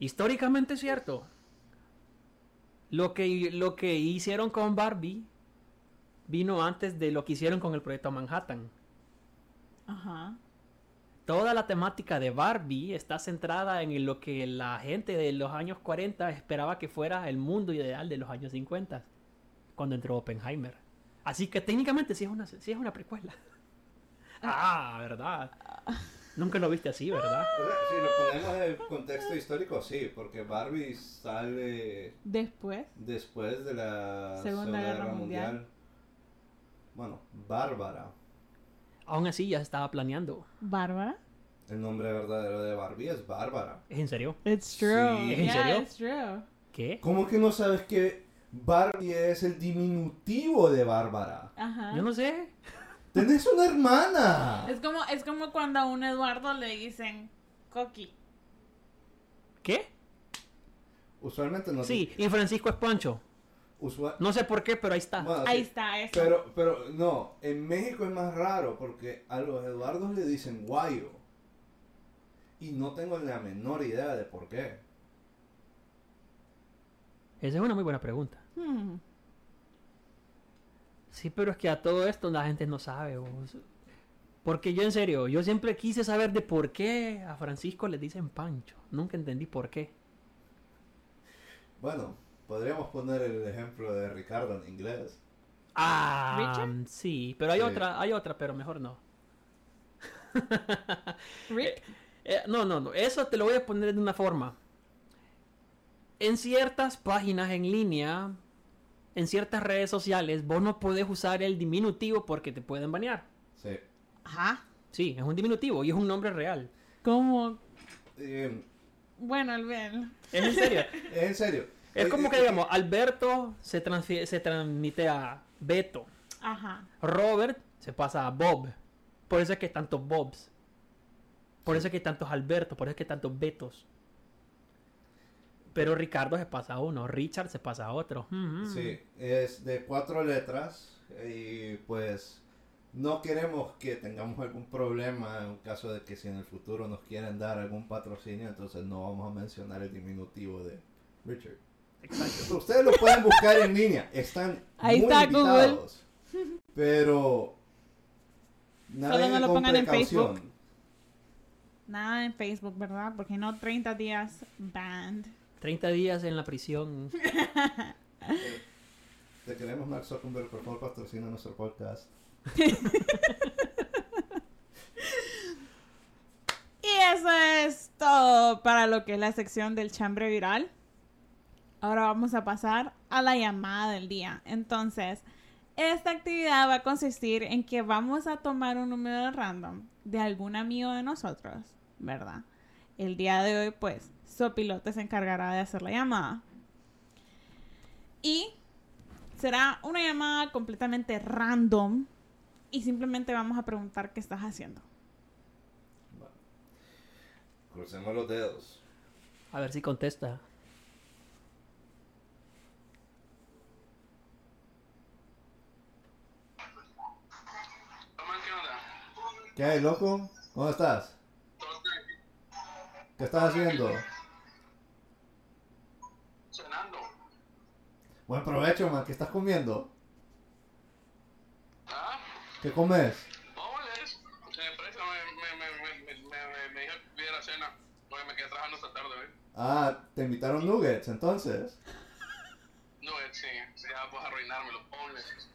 Históricamente es cierto. Lo que, lo que hicieron con Barbie vino antes de lo que hicieron con el proyecto Manhattan. Ajá. Toda la temática de Barbie está centrada en lo que la gente de los años cuarenta esperaba que fuera el mundo ideal de los años cincuenta, cuando entró Oppenheimer. Así que técnicamente sí es una, sí es una precuela. Ah, ¿verdad? Nunca lo viste así, ¿verdad? O sea, si lo ponemos en el contexto histórico, sí, porque Barbie sale Después. después de la Segunda Guerra Mundial. Bueno, Bárbara. Aún así ya se estaba planeando. Bárbara. El nombre verdadero de Barbie es Bárbara. ¿Es en serio? It's true. Sí. ¿Es en Yeah, serio? it's true. ¿Qué? ¿Cómo que no sabes que Barbie es el diminutivo de Bárbara? Ajá. Yo no sé. ¡Tenés una hermana! Es como, es como cuando a un Eduardo le dicen Coqui. ¿Qué? Usualmente no. Sí, y Francisco es Pancho. Usual... No sé por qué, pero ahí está. Bueno, Ahí sí. está eso. Pero, pero no, en México es más raro porque a los Eduardos le dicen guayo. Y no tengo la menor idea de por qué. Esa es una muy buena pregunta. Hmm. Sí, pero es que a todo esto la gente no sabe. vos. Porque yo en serio, yo siempre quise saber de por qué a Francisco le dicen Pancho. Nunca entendí por qué. Bueno, podríamos poner el ejemplo de Ricardo en inglés. Ah, ¿Richard? sí, pero hay Sí. otra, hay otra, pero mejor no. Rick. Eh, no, no, no, eso te lo voy a poner de una forma. En ciertas páginas en línea, en ciertas redes sociales, vos no podés usar el diminutivo porque te pueden banear. Sí. Ajá. Sí, es un diminutivo y es un nombre real. Como, Eh, bueno, al ver. Es en serio. en serio. Es Eh, como eh, que digamos, Alberto se, transfi- se transmite a Beto. Ajá. Robert se pasa a Bob. Por eso es que hay tantos Bobs. Por eso es que hay tantos Albertos. Por eso es que hay tantos Betos. Pero Ricardo se pasa a uno. Richard se pasa a otro. Mm, mm. Sí, es de cuatro letras y pues no queremos que tengamos algún problema en caso de que si en el futuro nos quieren dar algún patrocinio, entonces no vamos a mencionar el diminutivo de Richard. Exacto. Ustedes lo pueden buscar en línea, están Ahí muy está invitados, pero nada Solo no lo con pongan en precaución. Nada en Facebook, ¿verdad? Porque no treinta días banned. treinta días en la prisión. Te queremos, Mark Zuckerberg, por favor patrocina nuestro podcast. Y eso es todo para lo que es la sección del chambre viral. Ahora vamos a pasar a la llamada del día. Entonces, esta actividad va a consistir en que vamos a tomar un número random de algún amigo de nosotros, ¿verdad? El día de hoy, pues, Sopilote se encargará de hacer la llamada. Y será una llamada completamente random y simplemente vamos a preguntar qué estás haciendo. Bueno, crucemos los dedos. A ver si contesta. ¿Qué onda? ¿Qué hay, loco? ¿Cómo estás? ¿Qué estás haciendo? Cenando. Buen provecho, man. ¿Qué estás comiendo? ¿Ah? ¿Qué comes? Oles. En empresa me, me, me, me, me, me, me dijo que pidiera cena. Porque me quedé trabajando esta tarde, ¿eh? Ah, te invitaron nuggets, entonces. No, eh, sí. Sí, ya vas a arruinarme los ponles.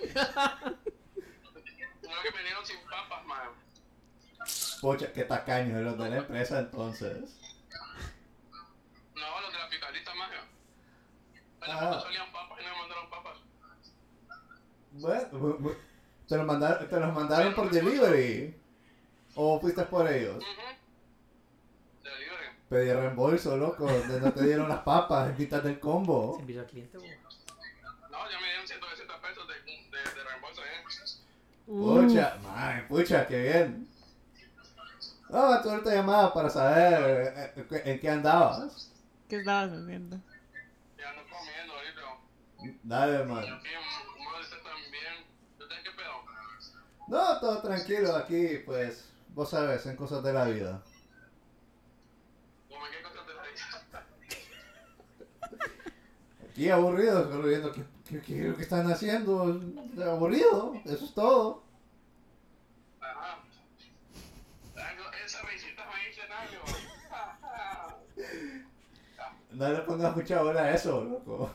No, que vinieron sin papas, man. Pocha, qué tacaño de los de la empresa, entonces. No, los de la picadita, magia. En la Ah. foto salían papas y no me mandaron papas. Bueno, bu- bu- ¿te los mandaron, te los mandaron por delivery? ¿O fuiste por ellos? Uh-huh. De libre. Pedí reembolso, loco. De no te dieron las papas, invítate el combo. Servicio al cliente. bo. No, ya me dieron ciento sesenta pesos de, de, de reembolso, ¿eh? Pucha, man, pucha, qué bien. No, tú ahorita llamaba para saber eh, eh, en qué andabas. ¿Qué estabas haciendo? Ya ando comiendo ahorita. Dale, man. Y aquí, no está tan bien. ¿Ustedes qué pedo? No, todo tranquilo aquí, pues, vos sabes, en cosas de la vida. ¿Cómo en qué cosas te la dices? Aquí aburrido, solo viendo qué, ¿Qué, qué, qué están haciendo? Aburrido, eso es todo. Ajá. Algo, esa risita me dice algo. No le pongas mucha bola a eso, loco.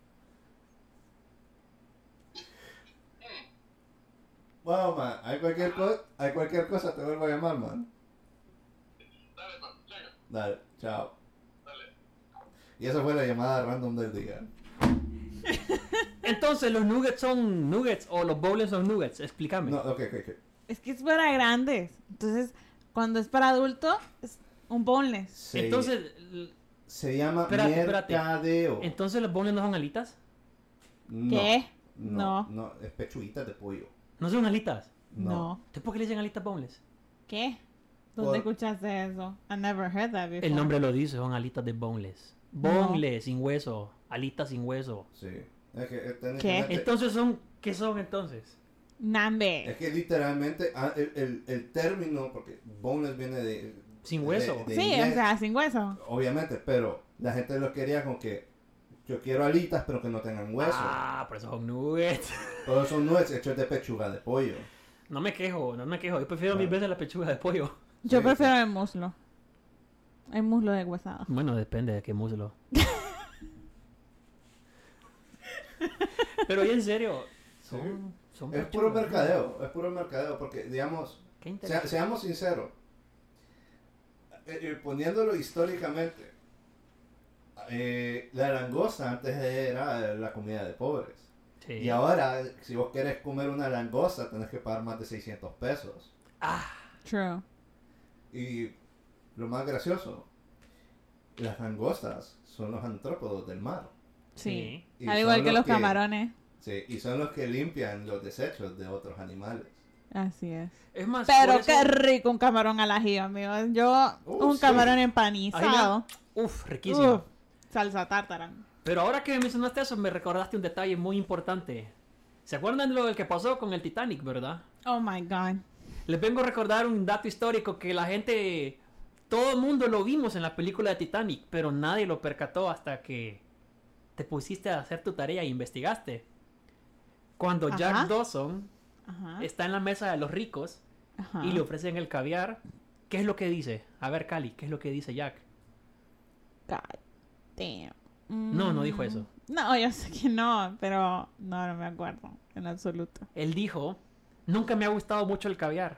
Bueno, man, hay cualquier, co hay cualquier cosa, te vuelvo a llamar, man. Dale, pues, llega. Dale, chao. Dale. Y esa fue la llamada random del día. Entonces, ¿los nuggets son nuggets o los bowls son nuggets? Explícame. No, ok, ok, ok. Es que es para grandes. Entonces, cuando es para adulto, es un boneless. Se, Entonces, l- se llama espérate, espérate. mercadeo. entonces los bowls no son alitas. No, ¿Qué? No, No. no, es pechuguita de pollo. No son alitas. No. ¿Entonces por qué le dicen alitas boneless? ¿Qué? ¿Dónde Por- escuchaste eso? I never heard that before. El nombre lo dice, son alitas de boneless. No. Boneless, sin hueso. Alitas sin hueso. Sí. Es que, eh, tenés ¿Qué? que meter- Entonces son, ¿qué son entonces? Nambe. Es que literalmente ah, el, el, el término, porque boneless viene de... Sin hueso. de- de Sí, inglés, o sea, sin hueso. obviamente, pero la gente lo quería con que yo quiero alitas pero que no tengan hueso. Ah, por eso son nuggets. Todos son nuggets hechos de pechuga de pollo. No me quejo, no me quejo. Yo prefiero Ah. mil veces la pechuga de pollo. Yo Sí, prefiero el muslo. El muslo deshuesado. Bueno, depende de qué muslo. Pero y en serio, Sí. son, son Es puro pechugas. mercadeo, es puro mercadeo, porque digamos, Qué sea- interesante. seamos sinceros, eh, eh, poniéndolo históricamente, eh, la langosta antes era la comida de pobres. Sí. Y ahora, si vos querés comer una langosta, tenés que pagar más de seiscientos pesos. Ah, True. Y lo más gracioso, las langostas son los antrópodos del mar. Sí. Y Al igual son que los que- camarones. Sí, y son los que limpian los desechos de otros animales. Así es. es más, Pero por eso- qué rico un camarón al ajillo, amigos. Yo, Uh, un sí. camarón Ahí empanizado. Uf, riquísimo. Uf, salsa tártara. Pero ahora que mencionaste eso, me recordaste un detalle muy importante. ¿Se acuerdan de lo del que pasó con el Titanic, verdad? Oh my god. Les vengo a recordar un dato histórico que la gente, todo el mundo lo vimos en la película de Titanic, pero nadie lo percató hasta que te pusiste a hacer tu tarea e investigaste. Cuando Ajá. Jack Dawson Ajá. está en la mesa de los ricos Ajá. y le ofrecen el caviar, ¿qué es lo que dice? A ver, Cali, ¿qué es lo que dice Jack? God damn. No, no dijo Mm, eso. No, yo sé que no, pero no, no me acuerdo en absoluto. Él dijo, nunca me ha gustado mucho el caviar.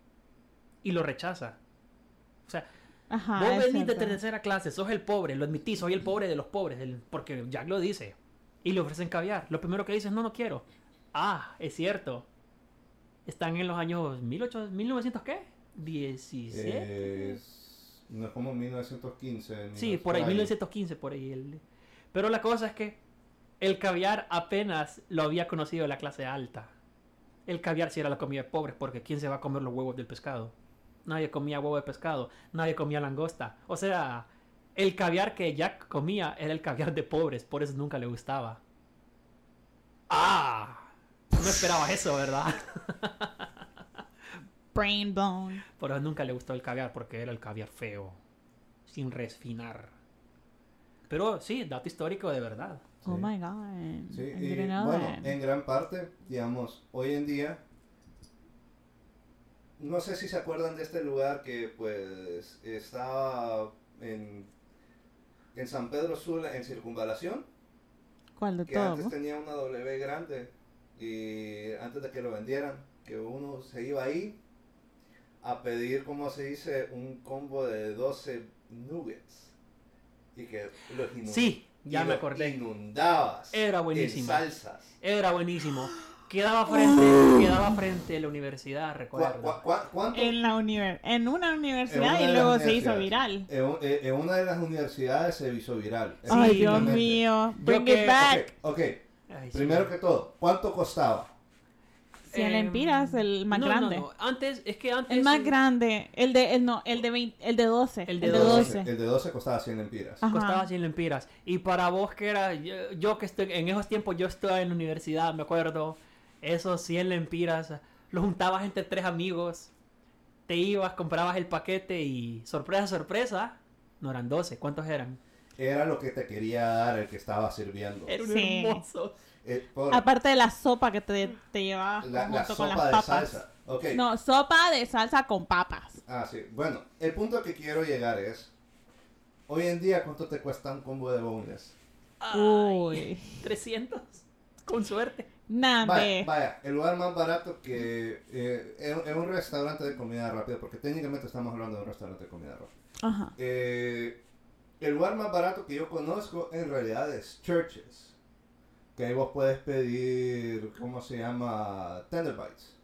Y lo rechaza. O sea, Ajá. vos es venís de cierto. tercera clase, sos el pobre, lo admitís, soy el pobre de los pobres, el- porque Jack lo dice. Y le ofrecen caviar. Lo primero que dice es, no, no quiero. Ah, es cierto. Están en los años mil ochocientos, mil novecientos, ¿qué? diecisiete. Es, no es como mil novecientos quince. ni Sí, los por ahí, por mil novecientos quince, por ahí. el- Pero la cosa es que el caviar apenas lo había conocido la clase alta. El caviar sí era la comida de pobres, porque ¿quién se va a comer los huevos del pescado? Nadie comía huevo de pescado, nadie comía langosta. O sea, el caviar que Jack comía era el caviar de pobres, por eso nunca le gustaba. ¡Ah! No esperabas eso, ¿verdad? Brain bone. Por eso nunca le gustó el caviar, porque era el caviar feo, sin refinar. Pero sí, dato histórico de verdad. Oh Sí. my god. Sí, I y didn't know bueno, that. en gran parte, digamos, hoy en día, no sé si se acuerdan de este lugar que pues estaba en, en San Pedro Sula, en Circunvalación, ¿Cuál de que todos? antes tenía una W grande y antes de que lo vendieran, que uno se iba ahí a pedir, como se dice, un combo de doce nuggets y que los inund- Sí, ya y me lo acordé. inundabas Era en buenísimo. salsas. Era buenísimo. Quedaba frente, quedaba frente a la universidad, ¿Cuá- recuerdo. cuá- cuá- ¿Cuánto? En, la univer en una universidad En una y de luego las se hizo universidades. viral. En, un- en- en una de las universidades se hizo viral. Ay, Dios Efectivamente. mío. Yo Bring que- it back. Ok, ok. Ay, sí. Primero que todo, ¿cuánto costaba? cien Em, lempiras, el más no, grande. No, no, antes, es que antes... El más eh, grande. El de, el no, el de veinte, el de doce. El de El de doce. doce. El de doce costaba cien lempiras. Ajá. Costaba cien lempiras. Y para vos que era, yo, yo que estoy, en esos tiempos yo estaba en la universidad, me acuerdo, esos cien lempiras, los juntabas entre tres amigos, te ibas, comprabas el paquete y sorpresa, sorpresa, no eran doce, ¿cuántos eran? era lo que te quería dar el que estaba sirviendo. Era un Sí. hermoso. Eh, por- Aparte de la sopa que te, te llevabas la, la junto con sopa las de papas. salsa. Ok. No, sopa de salsa con papas. Ah, sí. Bueno, el punto que quiero llegar es, hoy en día, ¿cuánto te cuesta un combo de boneless? Uy. trescientos. Con suerte. Nada, Vaya, vaya, el lugar más barato que eh, es, es un restaurante de comida rápida, porque técnicamente estamos hablando de un restaurante de comida rápida. Ajá. Eh, el lugar más barato que yo conozco en realidad es Churches, que ahí vos puedes pedir, ¿cómo se llama? Tender Bites.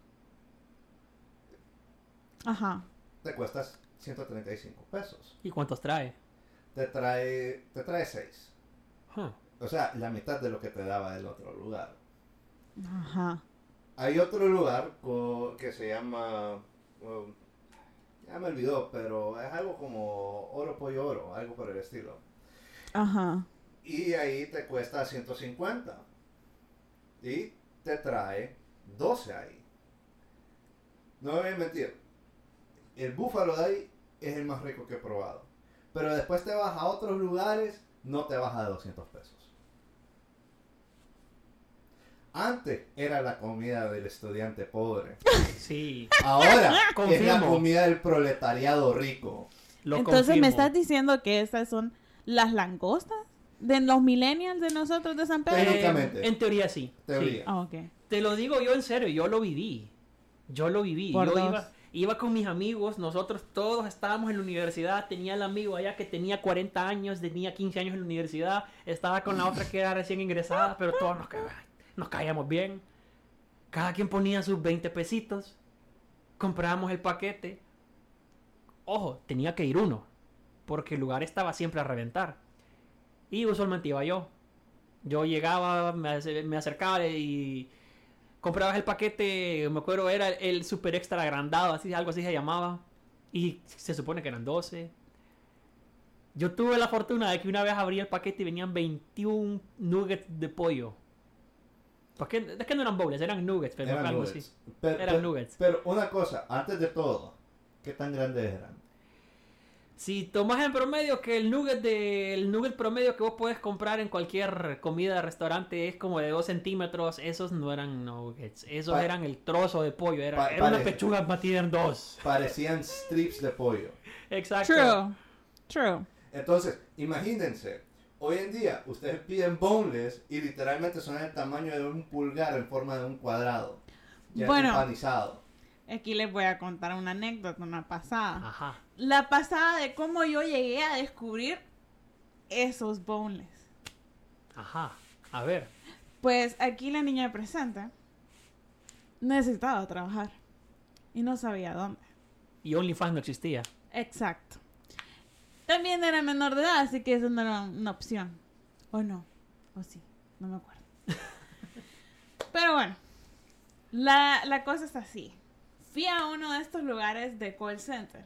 Ajá. Te cuesta ciento treinta y cinco pesos. ¿Y cuántos trae? Te trae, te trae seis. Huh. O sea, la mitad de lo que te daba el otro lugar. Ajá. Hay otro lugar co- que se llama, um, ya me olvidó, pero es algo como Oro Pollo Oro, algo por el estilo. Ajá. Y ahí te cuesta ciento cincuenta. Y te trae doce ahí. No me voy a mentir. El búfalo de ahí es el más rico que he probado. Pero después te vas a otros lugares, no te baja de doscientos pesos. Antes era la comida del estudiante pobre. Sí. Ahora es la Confirmo. comida del proletariado rico. Lo Entonces confirmo. me estás diciendo que estas son las langostas de los millennials de nosotros de San Pedro. Eh, Técnicamente. en teoría sí. Teoría. Sí. Ah, ok. Te lo digo yo en serio, yo lo viví. Yo lo viví. Por yo dos. iba, iba con mis amigos, nosotros todos estábamos en la universidad. Tenía el amigo allá que tenía cuarenta años, tenía quince años en la universidad. Estaba con la otra que era recién ingresada, pero todos nos, ca- nos caíamos bien. Cada quien ponía sus veinte pesitos. Comprábamos el paquete. Ojo, tenía que ir uno, porque el lugar estaba siempre a reventar. Y usualmente iba yo. Yo llegaba, me, ace- me acercaba y comprabas el paquete, me acuerdo, era el super extra agrandado, así, algo así se llamaba. Y se supone que eran doce. Yo tuve la fortuna de que una vez abrí el paquete y venían veintiún nuggets de pollo. Porque es que no eran bowls, eran nuggets, pero Eran algo nuggets. así. Pero, Eran pero- nuggets. pero una cosa, antes de todo, ¿qué tan grandes eran? Si tomas en promedio que el nugget de, el nugget promedio que vos puedes comprar en cualquier comida de restaurante es como de dos centímetros, esos no eran nuggets, esos Pa- eran el trozo de pollo, era, Pa- era una parece. pechuga batida en dos. Parecían strips de pollo. Exacto. True. True. Entonces, imagínense, hoy en día ustedes piden boneless y literalmente son el tamaño de un pulgar en forma de un cuadrado. Ya Bueno. empanizado. Aquí les voy a contar una anécdota, una pasada. Ajá. La pasada de cómo yo llegué a descubrir esos boneless. Ajá. A ver. Pues aquí la niña presente necesitaba trabajar y no sabía dónde. Y OnlyFans no existía. Exacto. También era menor de edad, así que eso no era una opción. O no, o sí, no me acuerdo. Pero bueno, la, la cosa es así. Fui a uno de estos lugares de call center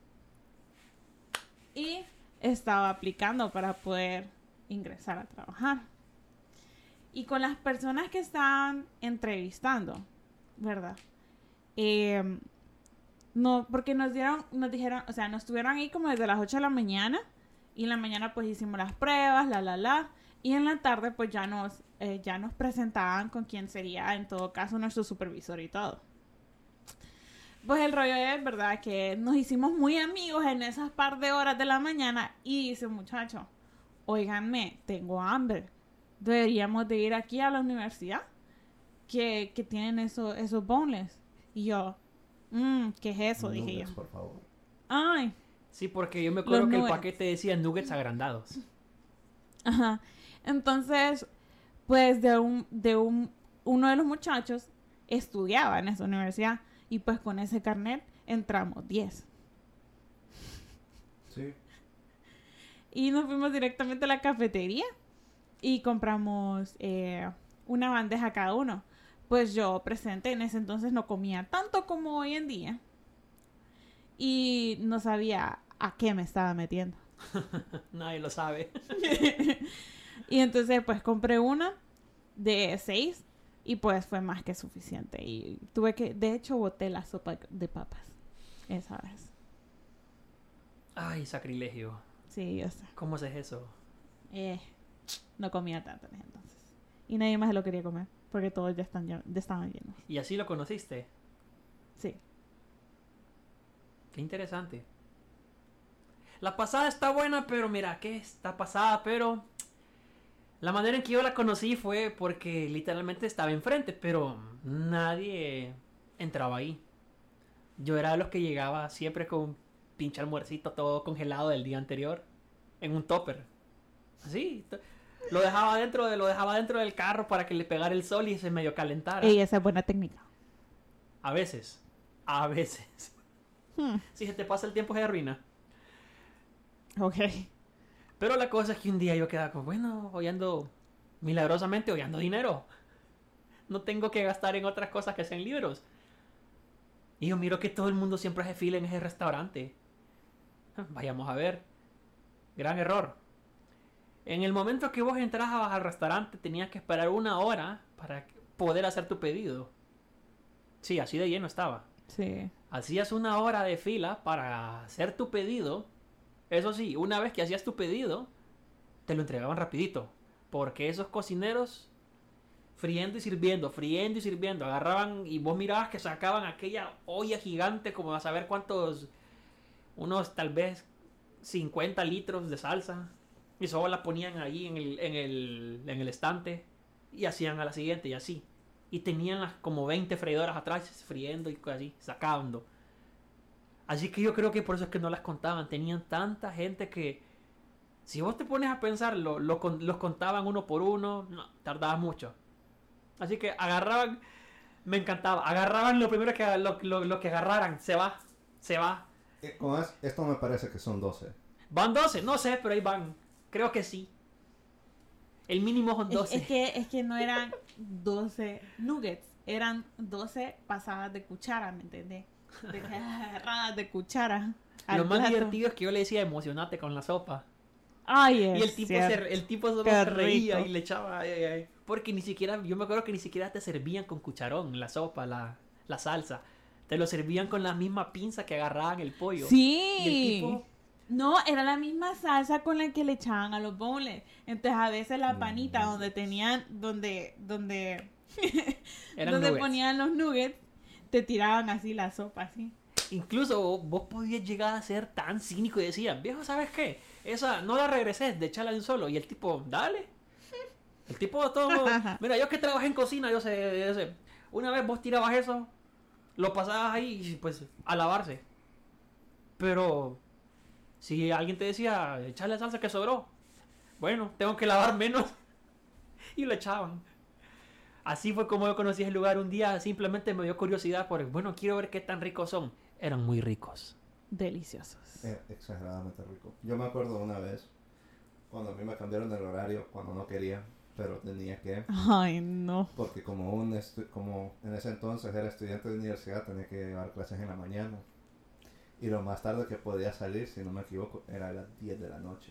y estaba aplicando para poder ingresar a trabajar. Y con las personas que estaban entrevistando, ¿verdad? Eh, no, porque nos dieron, nos dijeron, o sea, nos estuvieron ahí como desde las ocho de la mañana. Y en la mañana pues hicimos las pruebas, la, la, la. Y en la tarde pues ya nos, eh, ya nos presentaban con quién sería en todo caso nuestro supervisor y todo. Pues el rollo es, ¿verdad? Que nos hicimos muy amigos en esas par de horas de la mañana. Y dice, muchacho, óiganme, tengo hambre. Deberíamos de ir aquí a la universidad que, que tienen eso, esos boneless. Y yo, mmm, ¿qué es eso? Dije Nuggets, yo. por favor. Ay, Sí, porque yo me acuerdo Los que el nuggets. paquete decía nuggets agrandados. ajá. Entonces, pues de un, de un, uno de los muchachos estudiaba en esa universidad. Y pues con ese carnet entramos diez. Sí. Y nos fuimos directamente a la cafetería y compramos eh, una bandeja cada uno. Pues yo presente en ese entonces no comía tanto como hoy en día. Y no sabía a qué me estaba metiendo. Nadie lo sabe. Y entonces pues compré una de seis y pues fue más que suficiente. Y tuve que, de hecho boté la sopa de papas esa vez. Ay, sacrilegio. Sí, yo sé. ¿Cómo haces eso? Eh, no comía tanto en ese entonces. Y nadie más se lo quería comer, porque todos ya, están, ya, ya estaban llenos. ¿Y así lo conociste? Sí. Qué interesante. La pasada está buena, pero mira, ¿qué está pasada? Pero la manera en que yo la conocí fue porque literalmente estaba enfrente, pero nadie entraba ahí. Yo era de los que llegaba siempre con un pinche almuercito todo congelado del día anterior en un topper. Así. t- Lo dejaba dentro de, lo dejaba dentro del carro para que le pegara el sol y se medio calentara. Ey, esa es buena técnica. A veces. A veces. Hmm, Si se te pasa el tiempo se arruina. ok. Pero la cosa es que un día yo quedaba como, bueno, hoy ando, milagrosamente hoy ando dinero. No tengo que gastar en otras cosas que sean libros. Y yo miro que todo el mundo siempre hace fila en ese restaurante. Vayamos a ver. Gran error. En el momento que vos entrabas al restaurante tenías que esperar una hora para poder hacer tu pedido. Sí, así de lleno estaba. Sí. Hacías una hora de fila para hacer tu pedido. Eso sí, una vez que hacías tu pedido, te lo entregaban rapidito. Porque esos cocineros, friendo y sirviendo, friendo y sirviendo, agarraban y vos mirabas que sacaban aquella olla gigante como a saber cuántos, unos tal vez cincuenta litros de salsa. Y solo la ponían ahí en el, en el, en el estante y hacían a la siguiente y así. Y tenían las como veinte freidoras atrás friendo y así, sacando. Así que yo creo que por eso es que no las contaban. Tenían tanta gente que si vos te pones a pensar, lo, lo con- los contaban uno por uno, no, tardaba mucho. Así que agarraban, me encantaba, agarraban lo primero que, lo, lo- lo que agarraran, se va, se va. Eh, con es- esto me parece que son doce. Van doce, no sé, pero ahí van. Creo que sí. El mínimo son Es, doce. es que, es que no eran doce nuggets, eran doce pasadas de cuchara, ¿me entendés? De que agarradas de cuchara. al Lo más plato. divertido es que yo le decía emocionate con la sopa. Ay, es Y el tipo, cierto. se, el tipo solo Qué se reía rico. y le echaba. Ay, ay, ay. Porque ni siquiera, yo me acuerdo que ni siquiera te servían con cucharón la sopa, la, la salsa. Te lo servían con la misma pinza que agarraban el pollo. Sí. Y el tipo, No, era la misma salsa con la que le echaban a los boneless. Entonces a veces la panita Mm. donde tenían, donde, donde, eran donde nuggets. ponían los nuggets, te tiraban así la sopa, así. Incluso vos podías llegar a ser tan cínico y decías, viejo, ¿sabes qué? Esa no la regreses, de echarla de un solo. Y el tipo, dale. El tipo todo. Mira, yo que trabajé en cocina, yo sé, yo sé. Una vez vos tirabas eso, lo pasabas ahí y pues a lavarse. Pero si alguien te decía, echarle la salsa que sobró, bueno, tengo que lavar menos. Y lo echaban. Así fue como yo conocí el lugar un día. Simplemente me dio curiosidad porque, bueno, quiero ver qué tan ricos son. Eran muy ricos. Deliciosos. Eh, exageradamente rico. Yo me acuerdo una vez, cuando a mí me cambiaron el horario, cuando no quería, pero tenía que, Ay, no. porque como un estu- como en ese entonces era estudiante de universidad, tenía que llevar clases en la mañana. Y lo más tarde que podía salir, si no me equivoco, era a las diez de la noche.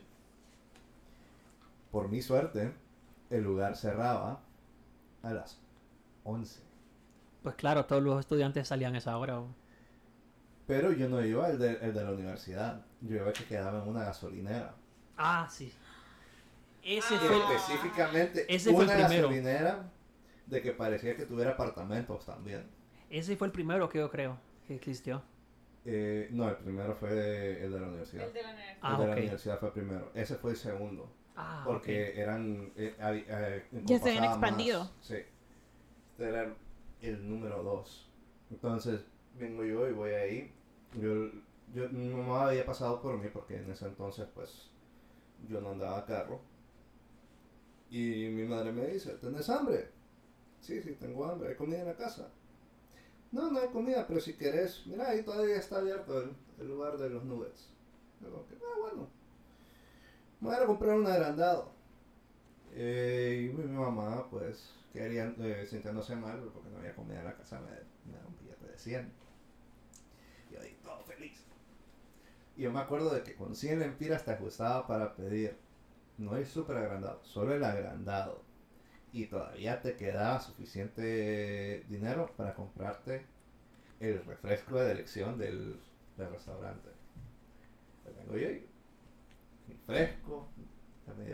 Por mi suerte, el lugar cerraba a las once. Pues claro, todos los estudiantes salían a esa hora. Pero yo no iba el de, el de la universidad, yo iba el que quedaba en una gasolinera. Ah, sí. Ese Y fue el... específicamente ese fue el una primero. gasolinera de que parecía que tuviera apartamentos también. Ese fue el primero que yo creo que existió. Eh, no, el primero fue el de la universidad. El de, la universidad. Ah, la ok. universidad fue el primero. Ese fue el segundo. Ah, Porque ok. eran... eh, hab- eh, Ya se habían pasaba más. expandido. Sí. Este era el número dos. Entonces, vengo yo y voy ahí. Yo, yo, mi mamá había pasado por mí porque en ese entonces, pues, yo no andaba a carro. Y mi madre me dice, ¿tenés hambre? Sí, sí, tengo hambre. ¿Hay comida en la casa? No, no hay comida, pero si querés, mira, ahí todavía está abierto el, el lugar de los nuggets. Yo como que, ah, bueno. Me voy a ir a comprar un agrandado. Eh, y mi, mi mamá, pues, quería, eh, sintiéndose mal porque no había comida en la casa, me, me da un billete de cien. Y yo ahí todo feliz. Y yo me acuerdo de que con cien lempiras te ajustaba para pedir, no el super agrandado, solo el agrandado. Y todavía te quedaba suficiente dinero para comprarte el refresco de elección del, del restaurante. Lo tengo yo, y mi fresco, de medio litro,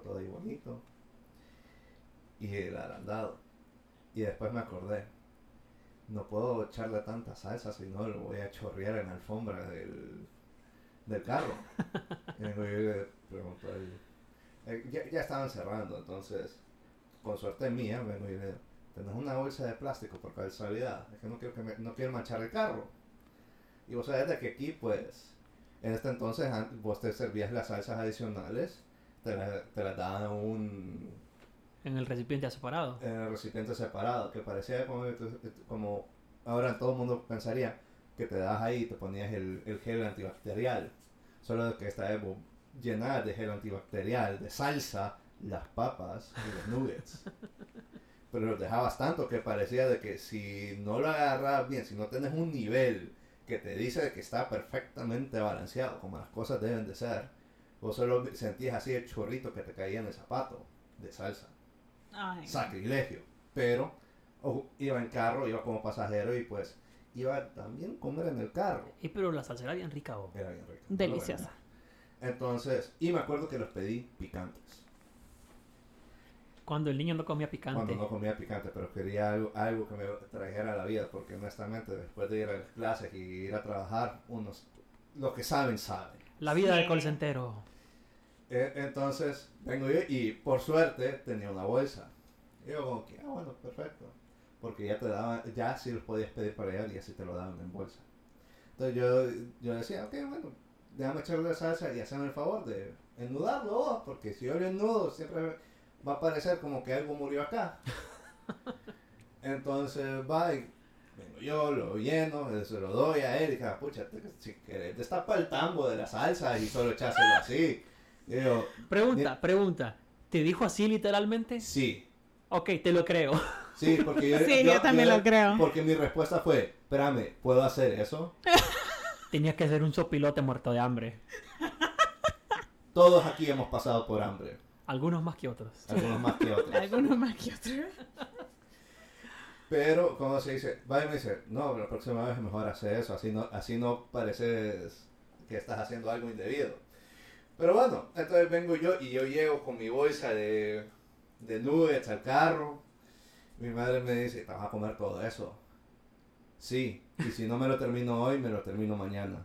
todo ahí bonito. Y el arandado. Y después me acordé, no puedo echarle tanta salsa, si no lo voy a chorrear en la alfombra del, del carro. Y vengo yo y le pregunto a él, eh, ya, ya estaban cerrando, entonces, con suerte mía, vengo y le digo, ¿tenés una bolsa de plástico por casualidad? Es que no quiero, que me, no quiero manchar el carro. Y vos sabés de que aquí, pues, en este entonces, vos te servías las salsas adicionales, te, la, te las daban en un... En el recipiente separado. En el recipiente separado, que parecía como, como ahora todo el mundo pensaría que te das ahí y te ponías el, el gel antibacterial. Solo que esta vez llenada de gel antibacterial, de salsa, las papas y los nuggets. Pero los dejabas tanto que parecía de que si no lo agarras bien, si no tienes un nivel que te dice de que está perfectamente balanceado, como las cosas deben de ser, vos solo sentías así el chorrito que te caía en el zapato de salsa. Ay. Sacrilegio. Pero oh, iba en carro, iba como pasajero y pues iba también a comer en el carro. Eh, pero la salsa era bien rica, ¿o? Era bien rica. Deliciosa. Entonces, y me acuerdo que los pedí picantes. Cuando el niño no comía picante. Cuando no comía picante, pero quería algo, algo que me trajera a la vida, porque honestamente después de ir a las clases y ir a trabajar, unos, los que saben, saben. La vida Sí. del call centero. Eh, entonces, vengo yo y por suerte tenía una bolsa. Y yo como que, ah, bueno, perfecto. Porque ya te daban, ya sí los podías pedir para allá y así te lo daban en bolsa. Entonces yo, yo decía, ok, bueno, déjame echarle la salsa y hacerme el favor de ennudarlo vos, porque si yo lo ennudo siempre va a parecer como que algo murió acá. Entonces va y vengo yo, lo lleno, se lo doy a él y dije, ah, pucha, te, si querés destapa el tambo de la salsa y solo echáselo así. Y yo, Pregunta, ni- pregunta. ¿Te dijo así literalmente? sí. Ok, te lo creo. Sí, porque yo, Sí, yo también lo creo. Porque mi respuesta fue, espérame, ¿puedo hacer eso? Tenía que ser un sopilote muerto de hambre. Todos aquí hemos pasado por hambre, Algunos más que otros. algunos más que otros. Algunos más que otros. Pero, ¿cómo se dice? Va y me dice, no, la próxima vez es mejor hacer eso, así no, así no pareces que estás haciendo algo indebido. Pero bueno, entonces vengo yo y yo llego con mi bolsa de, de nuggets al carro. Mi madre me dice, ¿te vas a comer todo eso? Sí, y si no me lo termino hoy, me lo termino mañana.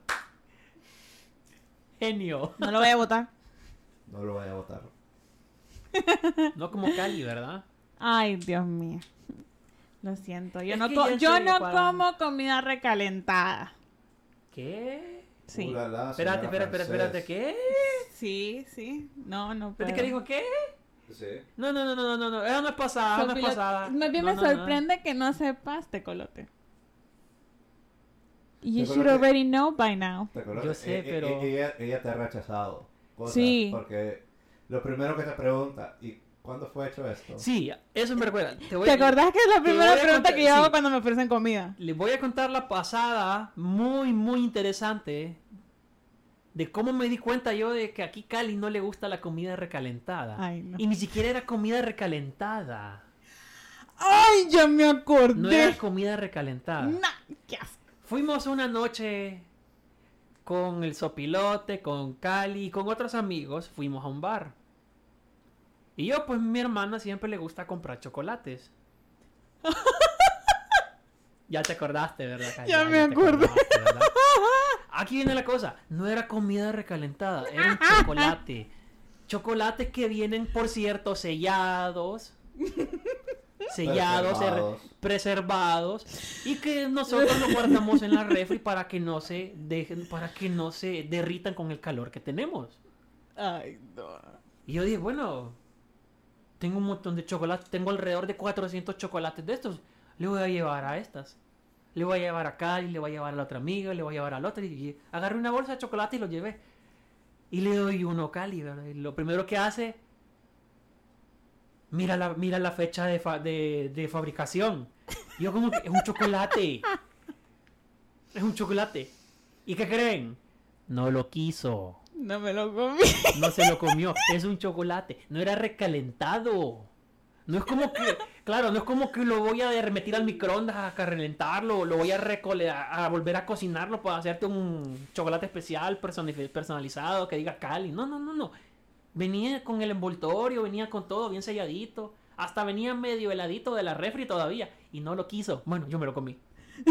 Genio. No lo voy a votar. No lo voy a botar. No como Cali, ¿verdad? Ay, Dios mío. Lo siento. Yo Es no, que co- ya en yo serio, no para- como comida recalentada. ¿Qué? Sí. Ulala, Espérate, señora espérate, espérate, francés. espérate, ¿qué? Sí, sí. No, no puedo. ¿Espérate qué dijo qué? Sí. No, no, no, no, no, no, eso no es pasada, no es Sopilot- pasada. Más bien No, me no, no. sorprende que no sepas tecolote. You should Tecolote- already know by now. ¿Te acuerdas? Yo sé, E- e- pero- Ella, ella te ha rechazado cosas. Sí. Porque lo primero que te pregunta, ¿y cuándo fue hecho esto? Sí, eso me recuerda. Te, voy ¿Te a- acordás que es la te primera voy a pregunta contar- que yo hago sí. cuando me ofrecen comida? Les voy a contar la pasada, muy, muy interesante, de cómo me di cuenta yo de que aquí Cali no le gusta la comida recalentada. Ay, no. Y ni siquiera era comida recalentada. ¡Ay, ya me acordé! No era comida recalentada. Nah, qué asco. Fuimos una noche con el sopilote, con Cali y con otros amigos. Fuimos a un bar. Y yo, pues, mi hermana siempre le gusta comprar chocolates. Ya te acordaste, ¿verdad, Cali? Ya me te acordé. acordaste, ¿verdad? Aquí viene la cosa. No era comida recalentada, era un chocolate. Chocolates que vienen, por cierto, sellados. Sellados, Preservados. er- preservados. Y que nosotros los guardamos en la refri para que no se dejen, para que no se derritan con el calor que tenemos. Ay, no. Y yo dije, bueno, tengo un montón de chocolates, tengo alrededor de cuatrocientos chocolates de estos. Le voy a llevar a estas. Le voy a llevar a Cali, le voy a llevar a la otra amiga, le voy a llevar a la otra. Y agarré una bolsa de chocolate y lo llevé. Y le doy uno a Cali, ¿verdad? Y lo primero que hace, mira la, mira la fecha de, fa- de, de fabricación. Y yo como que es un chocolate. Es un chocolate. ¿Y qué creen? No lo quiso. No me lo comí. No se lo comió, es un chocolate, no era recalentado. No es como que, claro, no es como que lo voy a derretir al microondas a calentarlo, lo voy a, recole- a, a volver a cocinarlo para hacerte un chocolate especial personi- personalizado que diga Cali. No, no, no, no. Venía con el envoltorio, venía con todo bien selladito. Hasta venía medio heladito de la refri todavía. Y no lo quiso. Bueno, yo me lo comí.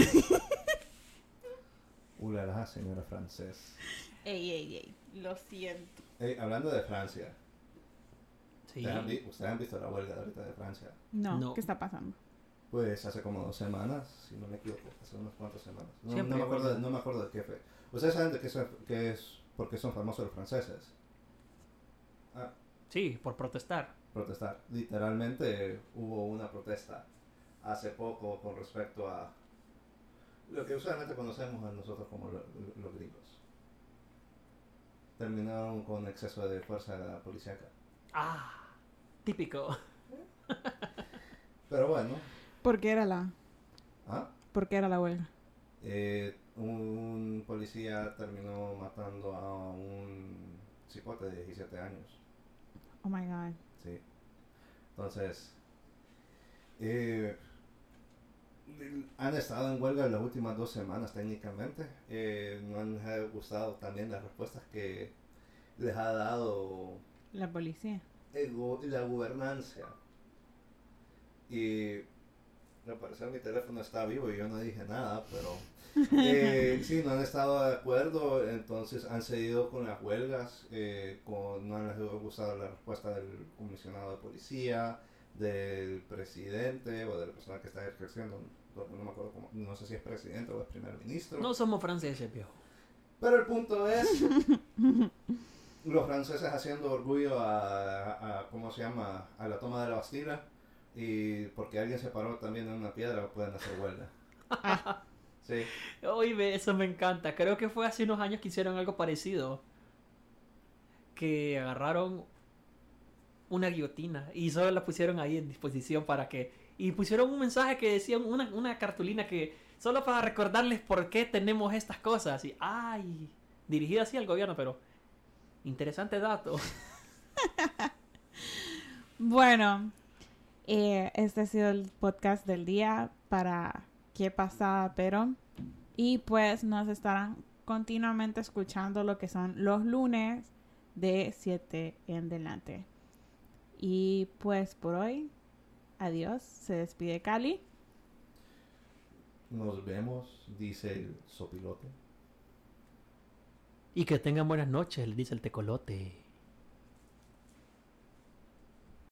Ulala, señora francés. Ey, ey, ey. Lo siento. Ey, hablando de Francia, Sí. ¿ustedes han, vi- ustedes han visto la huelga de ahorita de Francia? No, No. ¿qué está pasando? Pues hace como dos semanas, si no me equivoco, hace unas cuantas semanas. No, Siempre no me hay acuerdo, huelga. no me acuerdo de qué fue. ¿Ustedes saben de qué, son- qué es, por qué son famosos los franceses? Ah, Sí, por protestar. protestar. Literalmente hubo una protesta hace poco con respecto a lo que usualmente conocemos a nosotros como lo- lo- los gringos. Terminaron con exceso de fuerza policíaca. Ah, típico. Pero bueno, ¿Por qué era la, ¿ah? por qué era la huelga? Eh, un policía terminó matando a un cipote de diecisiete años. Oh my god. Sí. Entonces, eh, han estado en huelga las últimas dos semanas técnicamente. Eh, no han les ha gustado también las respuestas que les ha dado La policía. el go- la gobernancia. Y al parecer mi teléfono está vivo y yo no dije nada, pero eh, sí, no han estado de acuerdo, entonces han seguido con las huelgas, eh, con, no han les ha gustado la respuesta del comisionado de policía, del presidente o de la persona que está ejerciendo, no, no me acuerdo cómo, no sé si es presidente o es primer ministro. No somos franceses, viejo. Pero el punto es los franceses haciendo orgullo a, a, ¿cómo se llama? A la toma de la Bastilla, y porque alguien se paró también en una piedra pueden hacer huelga. Sí. Oye, eso me encanta. Creo que fue hace unos años que hicieron algo parecido. Que agarraron una guillotina y solo la pusieron ahí en disposición para que... Y pusieron un mensaje que decía, una, una cartulina que... Solo para recordarles por qué tenemos estas cosas. Y, ay, dirigida así al gobierno, pero... Interesante dato. Bueno, eh, este ha sido el podcast del día para qué pasa, pero y pues nos estarán continuamente escuchando lo que son los lunes de siete en adelante. Y pues por hoy, adiós, se despide Cali. Nos vemos, dice el sopilote. Y que tengan buenas noches, le dice el tecolote.